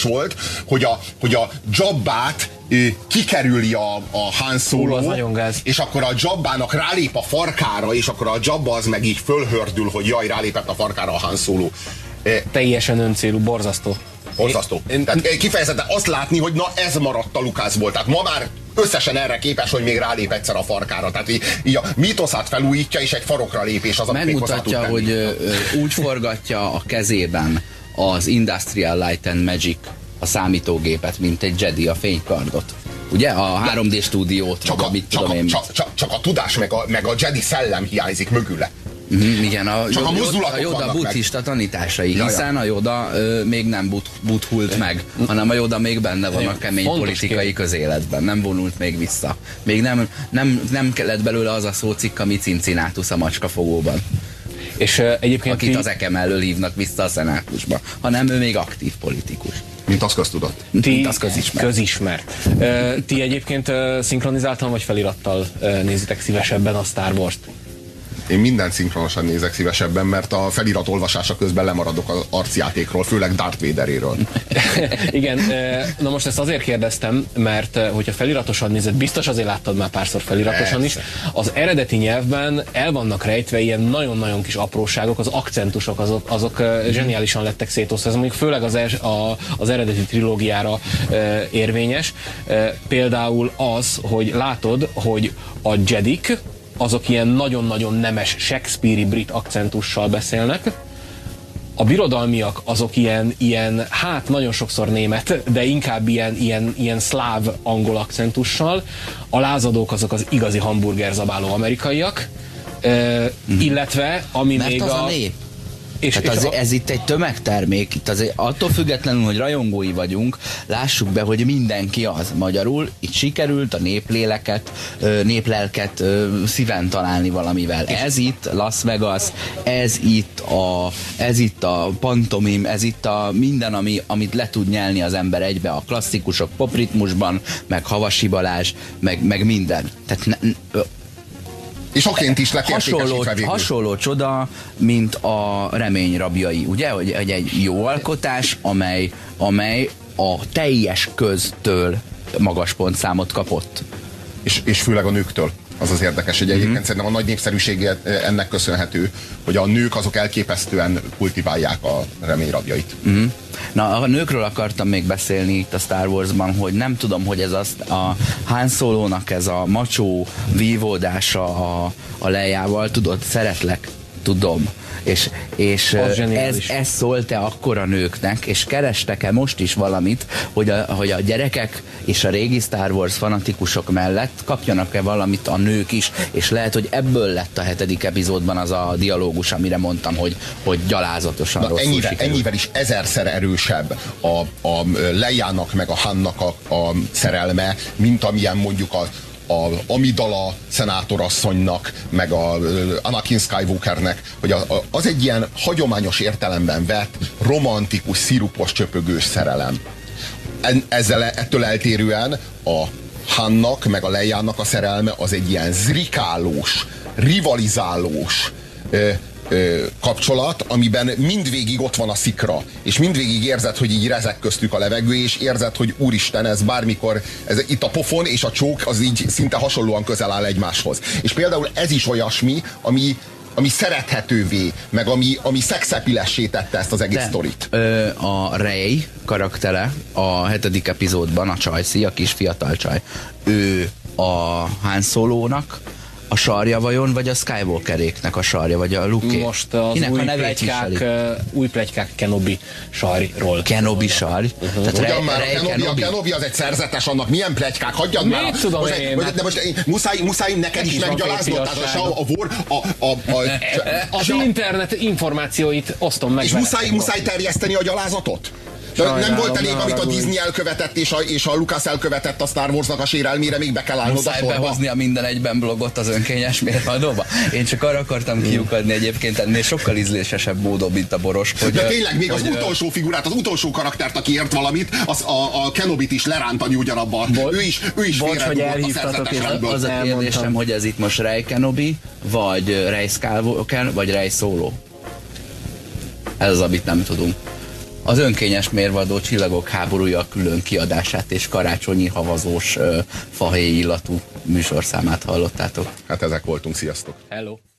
volt, hogy a, hogy a Jabbát kikerüli a, a Han Solo, és akkor a Jabbának rálép a farkára, és akkor a Jabba az meg így fölhördül, hogy jaj, rálépett a farkára a Han Solo. Teljesen öncélú, borzasztó. Borzasztó. Én... Tehát kifejezetten azt látni, hogy na ez maradt a Lucasból. Tehát ma már összesen erre képes, hogy még rálép egyszer a farkára. Tehát így, így a mítoszát felújítja, és egy farokra lépés az, amit megmutatja, hogy ö, úgy forgatja a kezében az Industrial Light and Magic a számítógépet, mint egy Jedi a fénykardot. Ugye? A három dé stúdiót, csak, a, mit csak, tudom a, én. csak, csak, csak a tudás, meg a, meg a Jedi szellem hiányzik mögüle. Mm, igen, a, csak a a Yoda buddhista tanításai, ja, hiszen a Yoda ö, még nem but, buthult meg, hanem a Yoda még benne van a kemény Fontos politikai kép. közéletben, nem vonult még vissza. Még nem, nem, nem kellett belőle az a szócikk, ami Cincinnatus a macskafogóban. És uh, egyébként akit ti... az ekem elől hívnak vissza a szenátusba, hanem ő még aktív politikus. Mint az köztudott. Ti Mint az közismert. közismert. Uh, ti egyébként uh, szinkronizáltan vagy felirattal uh, nézitek szívesebben a Star Wars-t? Én mindent szinkronosan nézek szívesebben, mert a felirat olvasása közben lemaradok az arcjátékról, főleg Darth Vaderéről. Igen, na most ezt azért kérdeztem, mert hogyha feliratosan nézed, biztos azért láttad már párszor feliratosan is, az eredeti nyelvben el vannak rejtve ilyen nagyon-nagyon kis apróságok, az akcentusok, azok, azok zseniálisan lettek szétosztva, ez mondjuk főleg az, er, a, az eredeti trilógiára e, érvényes. E, például az, hogy látod, hogy a Jedik, azok ilyen nagyon-nagyon nemes Shakespeare-i brit akcentussal beszélnek. A birodalmiak azok ilyen, ilyen, hát nagyon sokszor német, de inkább ilyen, ilyen, ilyen szláv angol akcentussal. A lázadók azok az igazi hamburgerzabáló amerikaiak. Uh, mm. Illetve, ami Mert még az a... a nép. És, Tehát és az, a... ez itt egy tömegtermék, itt azért attól függetlenül, hogy rajongói vagyunk, lássuk be, hogy mindenki az. Magyarul itt sikerült a népléleket, néplelket szíven találni valamivel. Ez itt Las Vegas, ez itt a, ez itt a pantomim, ez itt a minden, ami, amit le tud nyelni az ember egybe, a klasszikusok popritmusban, meg Havasi Balázs, meg, meg minden. Tehát ne, és oként is hasonló, hasonló csoda, mint a Remény rabjai, ugye? Hogy, hogy egy jó alkotás, amely, amely a teljes köztől magas pontszámot kapott. És, és főleg a nőktől. Az az érdekes, hogy egyébként mm-hmm. szerintem a nagy népszerűsége ennek köszönhető, hogy a nők azok elképesztően kultiválják a Remény rabjait. Mm-hmm. Na, a nőkről akartam még beszélni itt a Star Warsban, hogy nem tudom, hogy ez azt a Han Solónak ez a macsó vívódása a, a Leiával, tudod, szeretlek, tudom. És, és ez, ez szólt-e akkor a nőknek, és kerestek-e most is valamit, hogy a, hogy a gyerekek és a régi Star Wars fanatikusok mellett kapjanak-e valamit a nők is, és lehet, hogy ebből lett a hetedik epizódban az a dialógus, amire mondtam, hogy, hogy gyalázatosan Na, rosszul ennyivel, sikerült. ennyivel is ezerszer erősebb a, a Leiának meg a Hannak a, a szerelme, mint amilyen mondjuk a a Amidala szenátorasszonynak, meg a Anakin Skywalkernek, hogy a, a, az egy ilyen hagyományos értelemben vett, romantikus, szirupos, csöpögős szerelem. En, ezzel, ettől eltérően a Hannak, meg a Leiának a szerelme az egy ilyen zrikálós, rivalizálós ö, ö, kapcsolat, amiben mindvégig ott van a szikra, és mindvégig érzed, hogy így rezeg köztük a levegő, és érzed, hogy úristen, ez bármikor, ez, itt a pofon és a csók az így szinte hasonlóan közel áll egymáshoz. És például ez is olyasmi, ami ami szerethetővé, meg ami, ami szexepilessé tette ezt az egész sztorit. Ö, a Rey karaktere a hetedik epizódban, a Csajci, a kis fiatal csaj, ő a Han Solónak a sarja vajon, vagy a Skywalkeréknek a sarja, vagy a Luke? Most az Kinek új, pletykák, új pletykák Kenobi sarjról. Kenobi sarj? Uh-huh. Tehát Ugyan már a Kenobi, Kenobi. a Kenobi az egy szerzetes, annak milyen pletykák, hagyjad Mit már. tudom most, én, most, de most én, muszáj, muszáj neked is meggyaláznod, tehát a, a, vor, a, a, a, a, az a, internet információit osztom meg. És muszáj, muszáj terjeszteni a gyalázatot? Sajnálom, nem volt elég, amit a Disney elkövetett és a, és a Lucas elkövetett a Star Warsnak a sérelmére, még be kell állnod a sorba. Muszáj behozni a Minden Egyben blogot az önkényes mérvadóba. Én csak arra akartam kiukadni egyébként ennél sokkal ízlésesebb módon, mint a boros. Hogy, de tényleg még hogy, az utolsó figurát, az utolsó karaktert, aki ért valamit, az a, a Kenobit is lerántani ugyanabban. Bo- ő is, ő is bocs, hogy elhívtatok, és az a kérdésem, hogy ez itt most Rey Kenobi, vagy Rey Skywalker, vagy Rey Solo? Ez az, amit nem tudunk. Az önkényes mérvadó Csillagok háborúja külön kiadását és karácsonyi havazós, fahéj illatú műsorszámát hallottátok. Hát ezek voltunk, sziasztok! Hello!